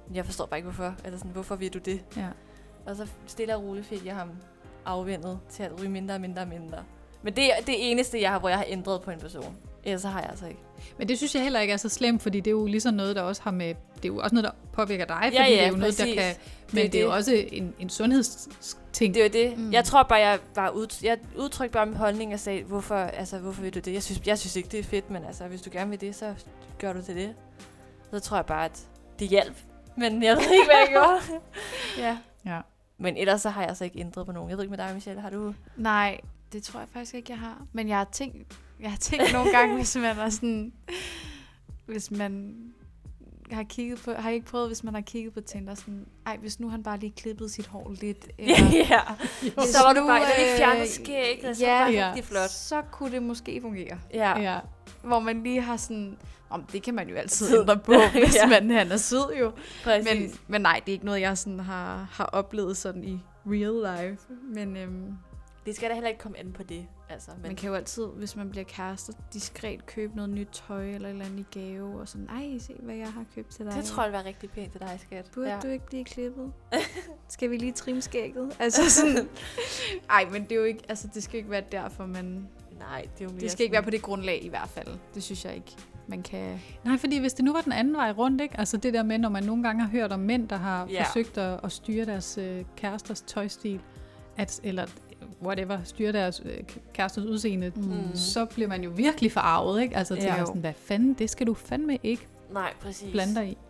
Jeg forstår bare ikke, hvorfor. Eller sådan, hvorfor vil du det? Ja. Og så stille og roligt fik jeg ham afvendet til at ryge mindre og mindre og mindre. Men det er det eneste, hvor jeg har ændret på en person. Ellers så har jeg altså ikke. Men det synes jeg heller ikke er så slemt, fordi det er jo ligesom noget, der også har med... Det er jo også noget, der påvirker dig, fordi det er jo noget, der kan... Men det er jo også en sundhedsting. Det er jo det. Jeg tror bare, jeg udtrykte bare min holdning og sagde, hvorfor vil du det? Jeg synes ikke, det er fedt, men altså, hvis du gerne vil det, så gør du til det. Så tror jeg bare, at det hjalp. Men jeg ved ikke, hvad jeg gjorde. Ja. Men ellers så har jeg altså ikke ændret på nogen. Jeg ved ikke med dig, Michelle. Har du? Nej, det tror jeg faktisk ikke, jeg har. Men jeg har tænkt nogle gange, hvis man er sådan... Hvis man har kigget på... Har I ikke prøvet, hvis man har kigget på Tinder sådan... Ej, hvis nu han bare lige klippede sit hår lidt. Eller, så var du bare... Eller lige fjernet skæg. Så var det rigtig flot. Så kunne det måske fungere. Ja. Hvor man lige har sådan... det kan man jo altid ændre på, hvis han er sød jo. Men nej, det er ikke noget, jeg sådan har oplevet sådan i real life. Men det skal da heller ikke komme an på det. Altså, men man kan jo altid, hvis man bliver kærester, diskret købe noget nyt tøj eller et eller andet i gave. Og sådan, ej, se hvad jeg har købt til dig. Det tror jeg vil være rigtig pænt til dig, skat. Burde du ikke blive klippet? Skal vi lige trimme skægget? Altså sådan... Ej, men det er jo ikke... Altså, det skal ikke være derfor, man... Nej, det er jo mere det skal ikke være på det grundlag i hvert fald. Det synes jeg ikke, man kan... Nej, fordi hvis det nu var den anden vej rundt, ikke? Altså det der med, når man nogle gange har hørt om mænd, der har forsøgt at styre deres kæresters tøjstil, eller whatever, styre deres kæresters udseende, så bliver man jo virkelig forarvet, ikke? Altså tænker sådan, hvad fanden, det skal du fandme ikke blande dig i.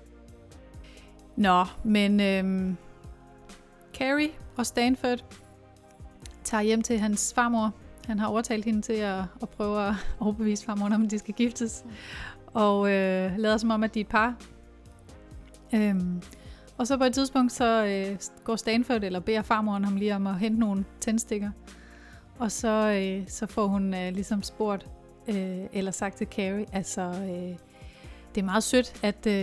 Nå, men Carrie og Stanford tager hjem til hans farmor. Han har overtalt hende til at prøve at overbevise farmoren om, at de skal giftes. Og lader som om, at de er et par. Og så på et tidspunkt, så går Stanford, eller beder farmoren ham lige om at hente nogle tændstikker. Og så får hun ligesom spurgt, eller sagt til Carrie, altså, det er meget sødt,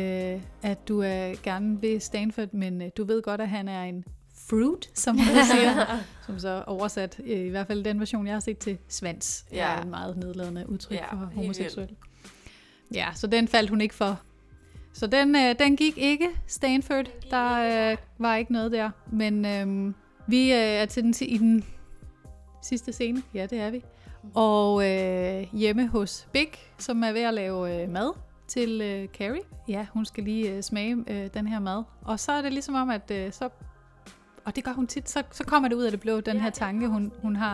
at du gerne vil Stanford, men du ved godt, at han er en fruit, som hun siger, som så oversat, i hvert fald den version, jeg har set, til svans. Det er en meget nedladende udtryk for homoseksuelle. Ja, så den faldt hun ikke for. Så den gik ikke, Stanford. Der var ikke noget der. Men vi er i den sidste scene. Ja, det er vi. Og hjemme hos Big, som er ved at lave mad til Carrie. Ja, hun skal lige smage den her mad. Og så er det ligesom om, at og det gør hun tit, så kommer det ud af det blå, den her tanke, hun har,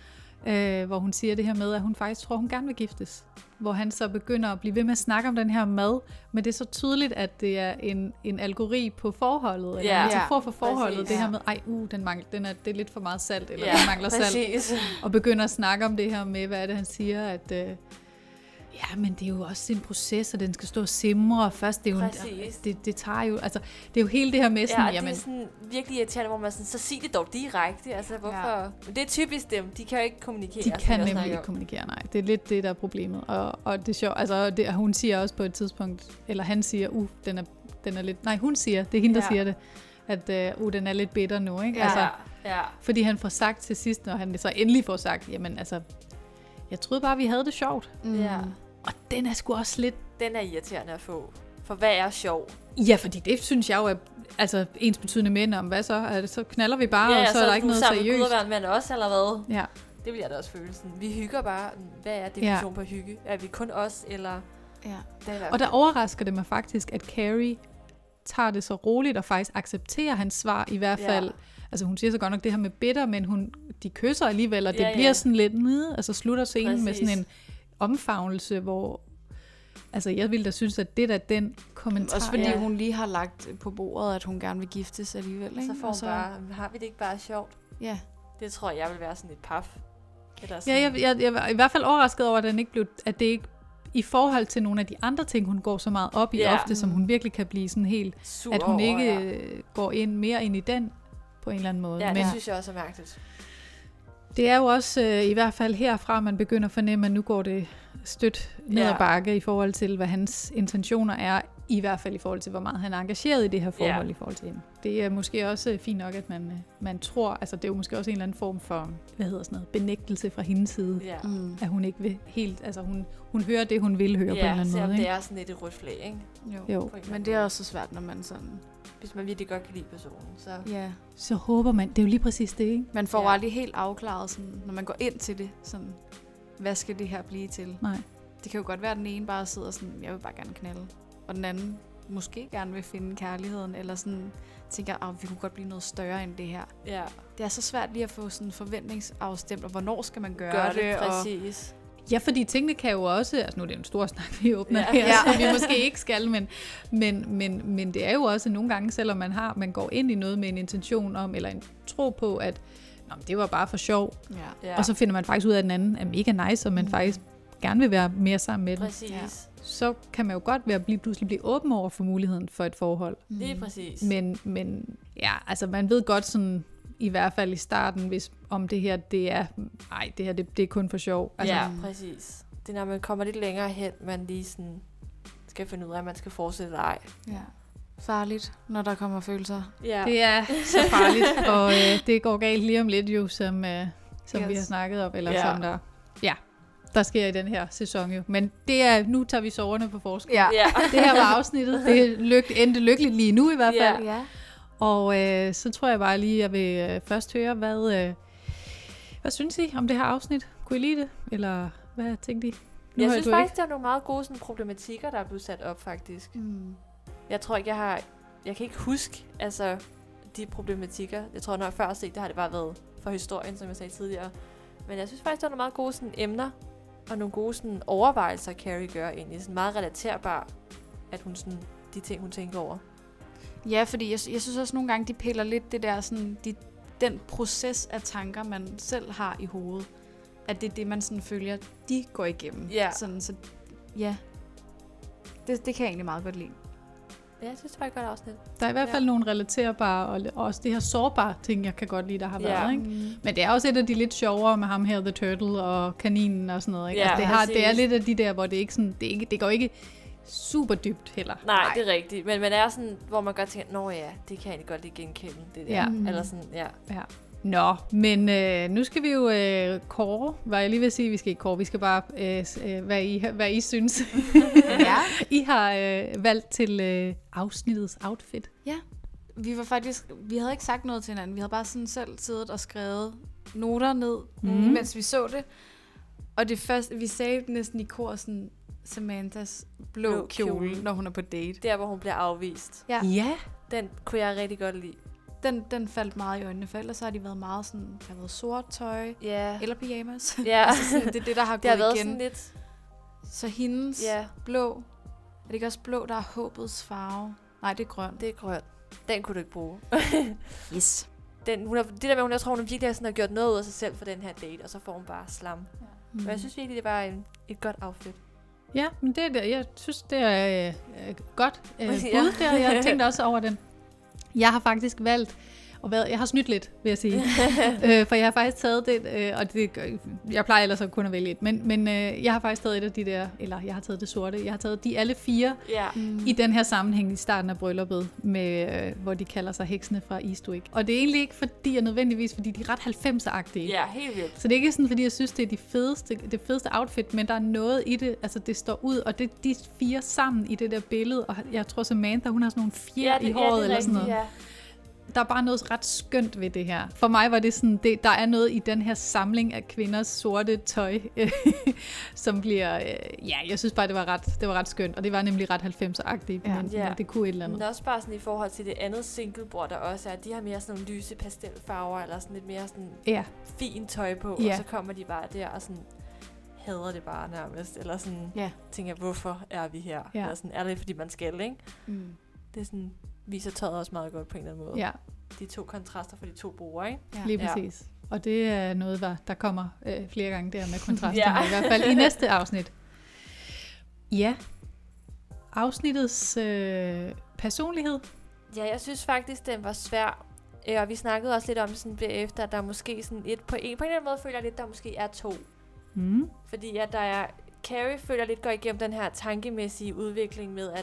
hvor hun siger det her med, at hun faktisk tror, hun gerne vil giftes. Hvor han så begynder at blive ved med at snakke om den her mad, men det er så tydeligt, at det er en algori på forholdet, eller en metafor for forholdet, præcis, det her med, det er lidt for meget salt, eller den mangler salt, og begynder at snakke om det her med, hvad er det, han siger, at... Ja, men det er jo også en proces, og den skal stå og simre først. Det er jo, det tager jo, altså, det er jo hele det her med sådan, det er sådan virkelig irriterende, hvor man sådan, så sig det dog direkte, altså hvorfor? Ja. Men det er typisk dem, de kan jo ikke kommunikere. De kan nemlig ikke kommunikere, nej. Det er lidt det, der er problemet, og det er sjovt, altså hun siger også på et tidspunkt, eller han siger, den er lidt, nej, hun siger, det er hende, der siger det, at den er lidt bitter nu, ikke? Ja. Altså, ja. Fordi han får sagt til sidst, når han så endelig får sagt, jamen altså, jeg troede bare, vi havde det sjovt. Ja. Og den er sgu også lidt... Den er irriterende at få. For hvad er sjov? Ja, fordi det synes jeg jo er altså, ens betydende mænd om. Hvad så? Så knaller vi bare, og så er der ikke noget seriøst. Ja, så er du sammen med Gud og også, eller hvad? Ja. Det vil jeg da også føle sådan. Vi hygger bare. Hvad er definition på hygge? Er vi kun os, eller... Ja. Og der overrasker det mig faktisk, at Carrie tager det så roligt, og faktisk accepterer hans svar i hvert fald. Altså hun siger så godt nok det her med bitter, men de kysser alligevel, og det bliver sådan lidt altså slutter scenen med sådan en omfavnelse, hvor altså jeg ville da synes, at det der den kommentar... Også fordi hun lige har lagt på bordet, at hun gerne vil giftes alligevel, ikke? Så får hun bare, har vi det ikke bare sjovt? Ja. Det tror jeg vil være sådan et paf. Jeg var i hvert fald overrasket over, at det ikke i forhold til nogle af de andre ting, hun går så meget op i ofte, som hun virkelig kan blive sådan helt... Sur at hun ikke går mere ind i den på en eller anden måde. Ja, det synes jeg også er mærkeligt. Det er jo også i hvert fald herfra, man begynder at fornemme, at nu går det stødt ned ad bakke i forhold til, hvad hans intentioner er. I hvert fald i forhold til, hvor meget han er engageret i det her forhold i forhold til hende. Det er måske også fint nok, at man tror, altså det er jo måske også en eller anden form for, benægtelse fra hendes side. At hun ikke vil helt, altså hun hører det, hun vil høre på en eller anden måde. Ja, det er sådan lidt et rødt flag, ikke? Jo. Men det er også så svært, når man sådan... Hvis man virkelig godt kan lide personen, så... Ja. Så håber man, det er jo lige præcis det, ikke? Man får aldrig helt afklaret, sådan, når man går ind til det, sådan, hvad skal det her blive til? Nej. Det kan jo godt være, at den ene bare sidder sådan, jeg vil bare gerne knalde. Og den anden måske gerne vil finde kærligheden, eller sådan tænker, vi kunne godt blive noget større end det her. Ja. Det er så svært lige at få sådan forventningsafstemt, og hvornår skal man gøre det? Præcis. Ja, fordi tingene kan jo også, altså nu er det en stor snak, vi åbner her, så vi måske ikke skal, men det er jo også nogle gange, selvom man går ind i noget med en intention om, eller en tro på, at det var bare for sjov, og så finder man faktisk ud af, at den anden er mega nice, og man faktisk gerne vil være mere sammen med den. Præcis. Så kan man jo godt pludselig blive åben over for muligheden for et forhold. Lige præcis. Men ja, altså man ved godt sådan, i hvert fald i starten, om det her, det er kun for sjov. Altså, ja, præcis. Det er, når man kommer lidt længere hen, man lige sådan skal finde ud af, at man skal fortsætte eller ej. Ja. Farligt, når der kommer følelser. Ja. Det er så farligt, og det går galt lige om lidt jo, som vi har snakket om, eller som der sker i den her sæson jo. Men det er, nu tager vi soverne på forskud. Ja. Det her var afsnittet. Det endte lykkeligt lige nu i hvert fald. Ja. Og så tror jeg bare lige, jeg vil først høre, hvad synes I om det her afsnit? Kunne I lide det? Eller hvad tænkte I? Jeg synes faktisk, der er nogle meget gode sådan, problematikker, der er blevet sat op faktisk. Jeg tror ikke, jeg kan ikke huske de problematikker. Jeg tror, når jeg før har set det, har det bare været for historien, som jeg sagde tidligere. Men jeg synes faktisk, der er nogle meget gode sådan, emner, og nogle gode sådan, overvejelser, Carrie gør egentlig. Sådan meget relaterbar, at hun sådan, de ting, hun tænker over. Ja, fordi jeg synes også nogle gange, de piller lidt det der, sådan, den proces af tanker, man selv har i hovedet. At det er det, man sådan følger, de går igennem. Ja. Sådan, så ja, det kan jeg egentlig meget godt lide. Ja, jeg synes, det var et godt afsnit. Der er i hvert fald nogle relaterbare, og også det her sårbare ting, jeg kan godt lide, der har været. Ikke? Men det er også et af de lidt sjovere med ham her, The Turtle og kaninen og sådan noget. Ikke? Ja, altså, det er lidt af de der, hvor det ikke sådan, det går ikke super dybt heller. Nej, det er rigtigt. Men man er sådan, hvor man godt tænker, nå ja, det kan jeg egentlig godt lige genkende. Det der. Eller sådan, ja. Nå, men nu skal vi jo kåre, hvad jeg lige vil sige, vi skal ikke kåre, vi skal bare, hvad I synes. I har valgt til afsnittets outfit. Ja, vi havde ikke sagt noget til hinanden, vi havde bare sådan selv siddet og skrevet noter ned, mens vi så det. Og det første, vi sagde næsten i kor, sådan, Samanthas blå kjole, når hun er på date. Der, hvor hun bliver afvist. Ja. Den kunne jeg rigtig godt lide. Den faldt meget i øjnene, for ellers har de været meget sådan, der har været sort tøj, eller pyjamas. Altså sådan, det er det, der har gået igen. Det har været igen. sådan lidt... Så hendes blå, er det ikke også blå, der er håbets farve? Nej, det er grøn. Det er grøn. Den kunne du ikke bruge. Yes. Det der med, jeg tror, hun virkelig sådan har gjort noget ud af sig selv for den her date, og så får hun bare slam. Men jeg synes virkelig, det var et godt outfit. Ja, men jeg synes, det er godt bud der. Jeg tænkte også over den. Jeg har faktisk valgt, jeg har snydt lidt, vil jeg sige. For jeg har faktisk taget det, og jeg plejer ellers kun at vælge et, men jeg har faktisk taget et af de der, eller jeg har taget det sorte. Jeg har taget de alle 4 i den her sammenhæng i starten af brylluppet, med, hvor de kalder sig heksene fra Eastwick. Og det er egentlig ikke nødvendigvis, fordi de er ret 90'er-agtige. Ja, helt vildt. Så det er ikke sådan, fordi jeg synes, det er det fedeste outfit, men der er noget i det, altså det står ud, og det er de 4 sammen i det der billede, og jeg tror Samantha, hun har sådan nogle fjer i håret eller sådan noget. Ja. Der er bare noget ret skønt ved det her. For mig var det sådan, der er noget i den her samling af kvinders sorte tøj, som bliver, jeg synes bare, det var ret skønt, og det var nemlig ret 90'er-agtigt, men det kunne et eller andet. Men også bare sådan i forhold til det andet singlebord, der også er, de har mere sådan nogle lyse pastelfarver, eller sådan lidt mere sådan fin tøj på, og så kommer de bare der og sådan hader det bare nærmest, eller sådan tænker, hvorfor er vi her? Eller sådan, er det fordi man skal, ikke? Det er sådan, viser tøjet også meget godt på en eller anden måde. Ja. De 2 kontraster for de 2 brugere, ikke? Ja. Lige præcis. Og det er noget, der kommer flere gange der med kontrasterne, i hvert fald i næste afsnit. Ja. Afsnittets personlighed. Ja, jeg synes faktisk, den var svær. Og vi snakkede også lidt om sådan bagefter, at der måske sådan på en eller anden måde føler jeg lidt, der måske er 2. Fordi at der er Carrie føler lidt går igennem den her tankemæssige udvikling med, at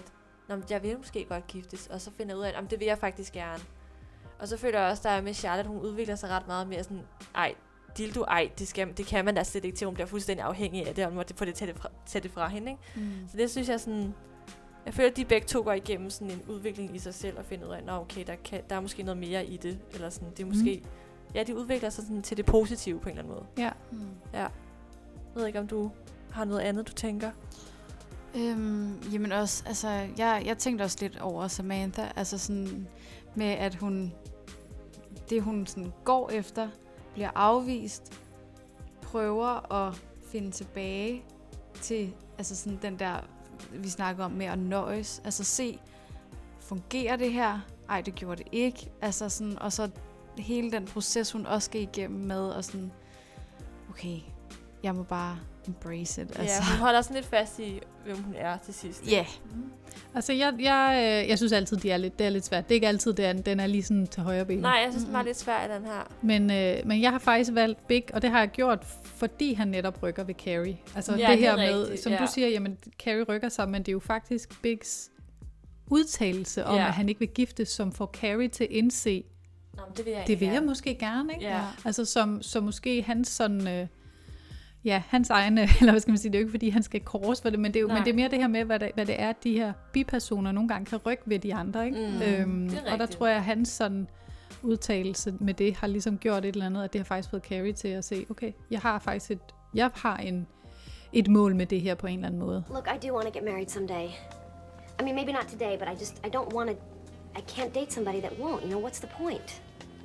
jeg vil måske godt giftes, og så finder jeg ud af, at det vil jeg faktisk gerne. Og så føler jeg også, der er med Charlotte, hun udvikler sig ret meget mere sådan, dildo, det kan man da slet ikke til, hun bliver fuldstændig afhængig af det, og må få det tage det fra hende, ikke? Så det synes jeg sådan, jeg føler, at de begge to går igennem sådan en udvikling i sig selv, og finder ud af, okay, der er måske noget mere i det, eller sådan, det er måske, de udvikler sig sådan til det positive på en eller anden måde. Ja. Ja. Jeg ved ikke, om du har noget andet, du tænker? Jamen også, altså, jeg tænkte også lidt over Samantha, altså sådan med, at det hun sådan går efter, bliver afvist, prøver at finde tilbage til, altså sådan den der, vi snakker om med at nøjes, altså se, fungerer det her? Ej, det gjorde det ikke. Altså sådan, og så hele den proces, hun også skal igennem med, og sådan, okay, jeg må bare embrace it. Altså. Ja, hun holder sådan lidt fast i, hvem hun er til sidst. Ja. Yeah. Altså, jeg synes altid, det er lidt svært. Det er ikke altid, den er lige sådan til højre ben. Nej, jeg synes, den var lidt svær i den her. Men jeg har faktisk valgt Big, og det har jeg gjort, fordi han netop rykker ved Carrie. Altså ja, det her med, rigtigt, som du siger, jamen Carrie rykker sig, men det er jo faktisk Bigs udtalelse om, at han ikke vil giftes, som får Carrie til at indse, det vil jeg måske gerne, ikke? Ja. Altså som måske hans sådan... hans egne, eller hvad skal man sige, det er jo ikke, fordi han skal kors for det, men det er, men det er mere det her med, hvad det er, de her bipersoner nogle gange kan rykke ved de andre, ikke? Og der tror jeg, at hans sådan udtalelse med det har ligesom gjort et eller andet, at det har faktisk fået Carrie til at se, okay, jeg har et mål med det her på en eller anden måde. Look, I do want to get married someday. I mean, maybe not today, but I don't want to, I can't date somebody that won't, you know, what's the point?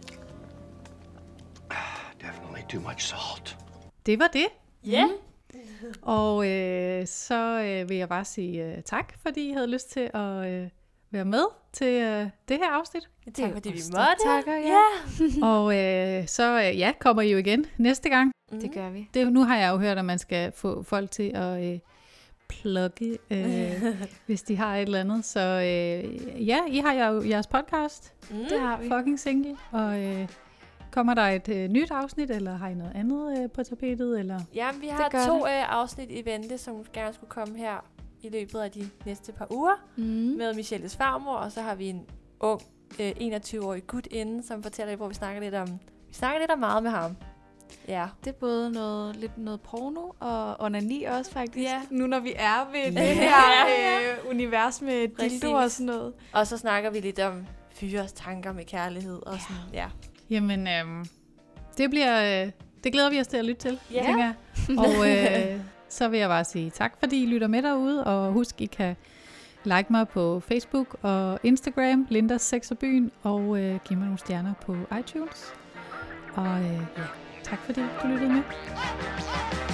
Definitely too much salt. Det var det. Ja. Og så vil jeg bare sige tak, fordi I havde lyst til at være med til det her afsnit. Tak, fordi vi måtte. Takker, ja. Og så kommer I jo igen næste gang. Det gør vi. Nu har jeg jo hørt, at man skal få folk til at plugge, hvis de har et eller andet. Så I har jo jeres podcast. Det har vi. Fucking single. Og kommer der et nyt afsnit, eller har I noget andet på tapetet? Eller? Ja, vi har 2 afsnit i vente, som gerne skulle komme her i løbet af de næste par uger. Med Michelles farmor, og så har vi en ung 21-årig gut inde, som fortæller lidt, hvor vi snakker lidt om meget med ham. Ja. Det er både noget porno og onani også faktisk. Ja. Nu når vi er ved det her univers med dildo og sådan noget. Og så snakker vi lidt om fyres tanker med kærlighed og sådan, ja. Jamen, det glæder vi os til at lytte til, tænker jeg. Og så vil jeg bare sige tak, fordi I lytter med derude, og husk, I kan like mig på Facebook og Instagram, Lindas Sex og Byen, og give mig nogle stjerner på iTunes. Og tak fordi du lyttede med.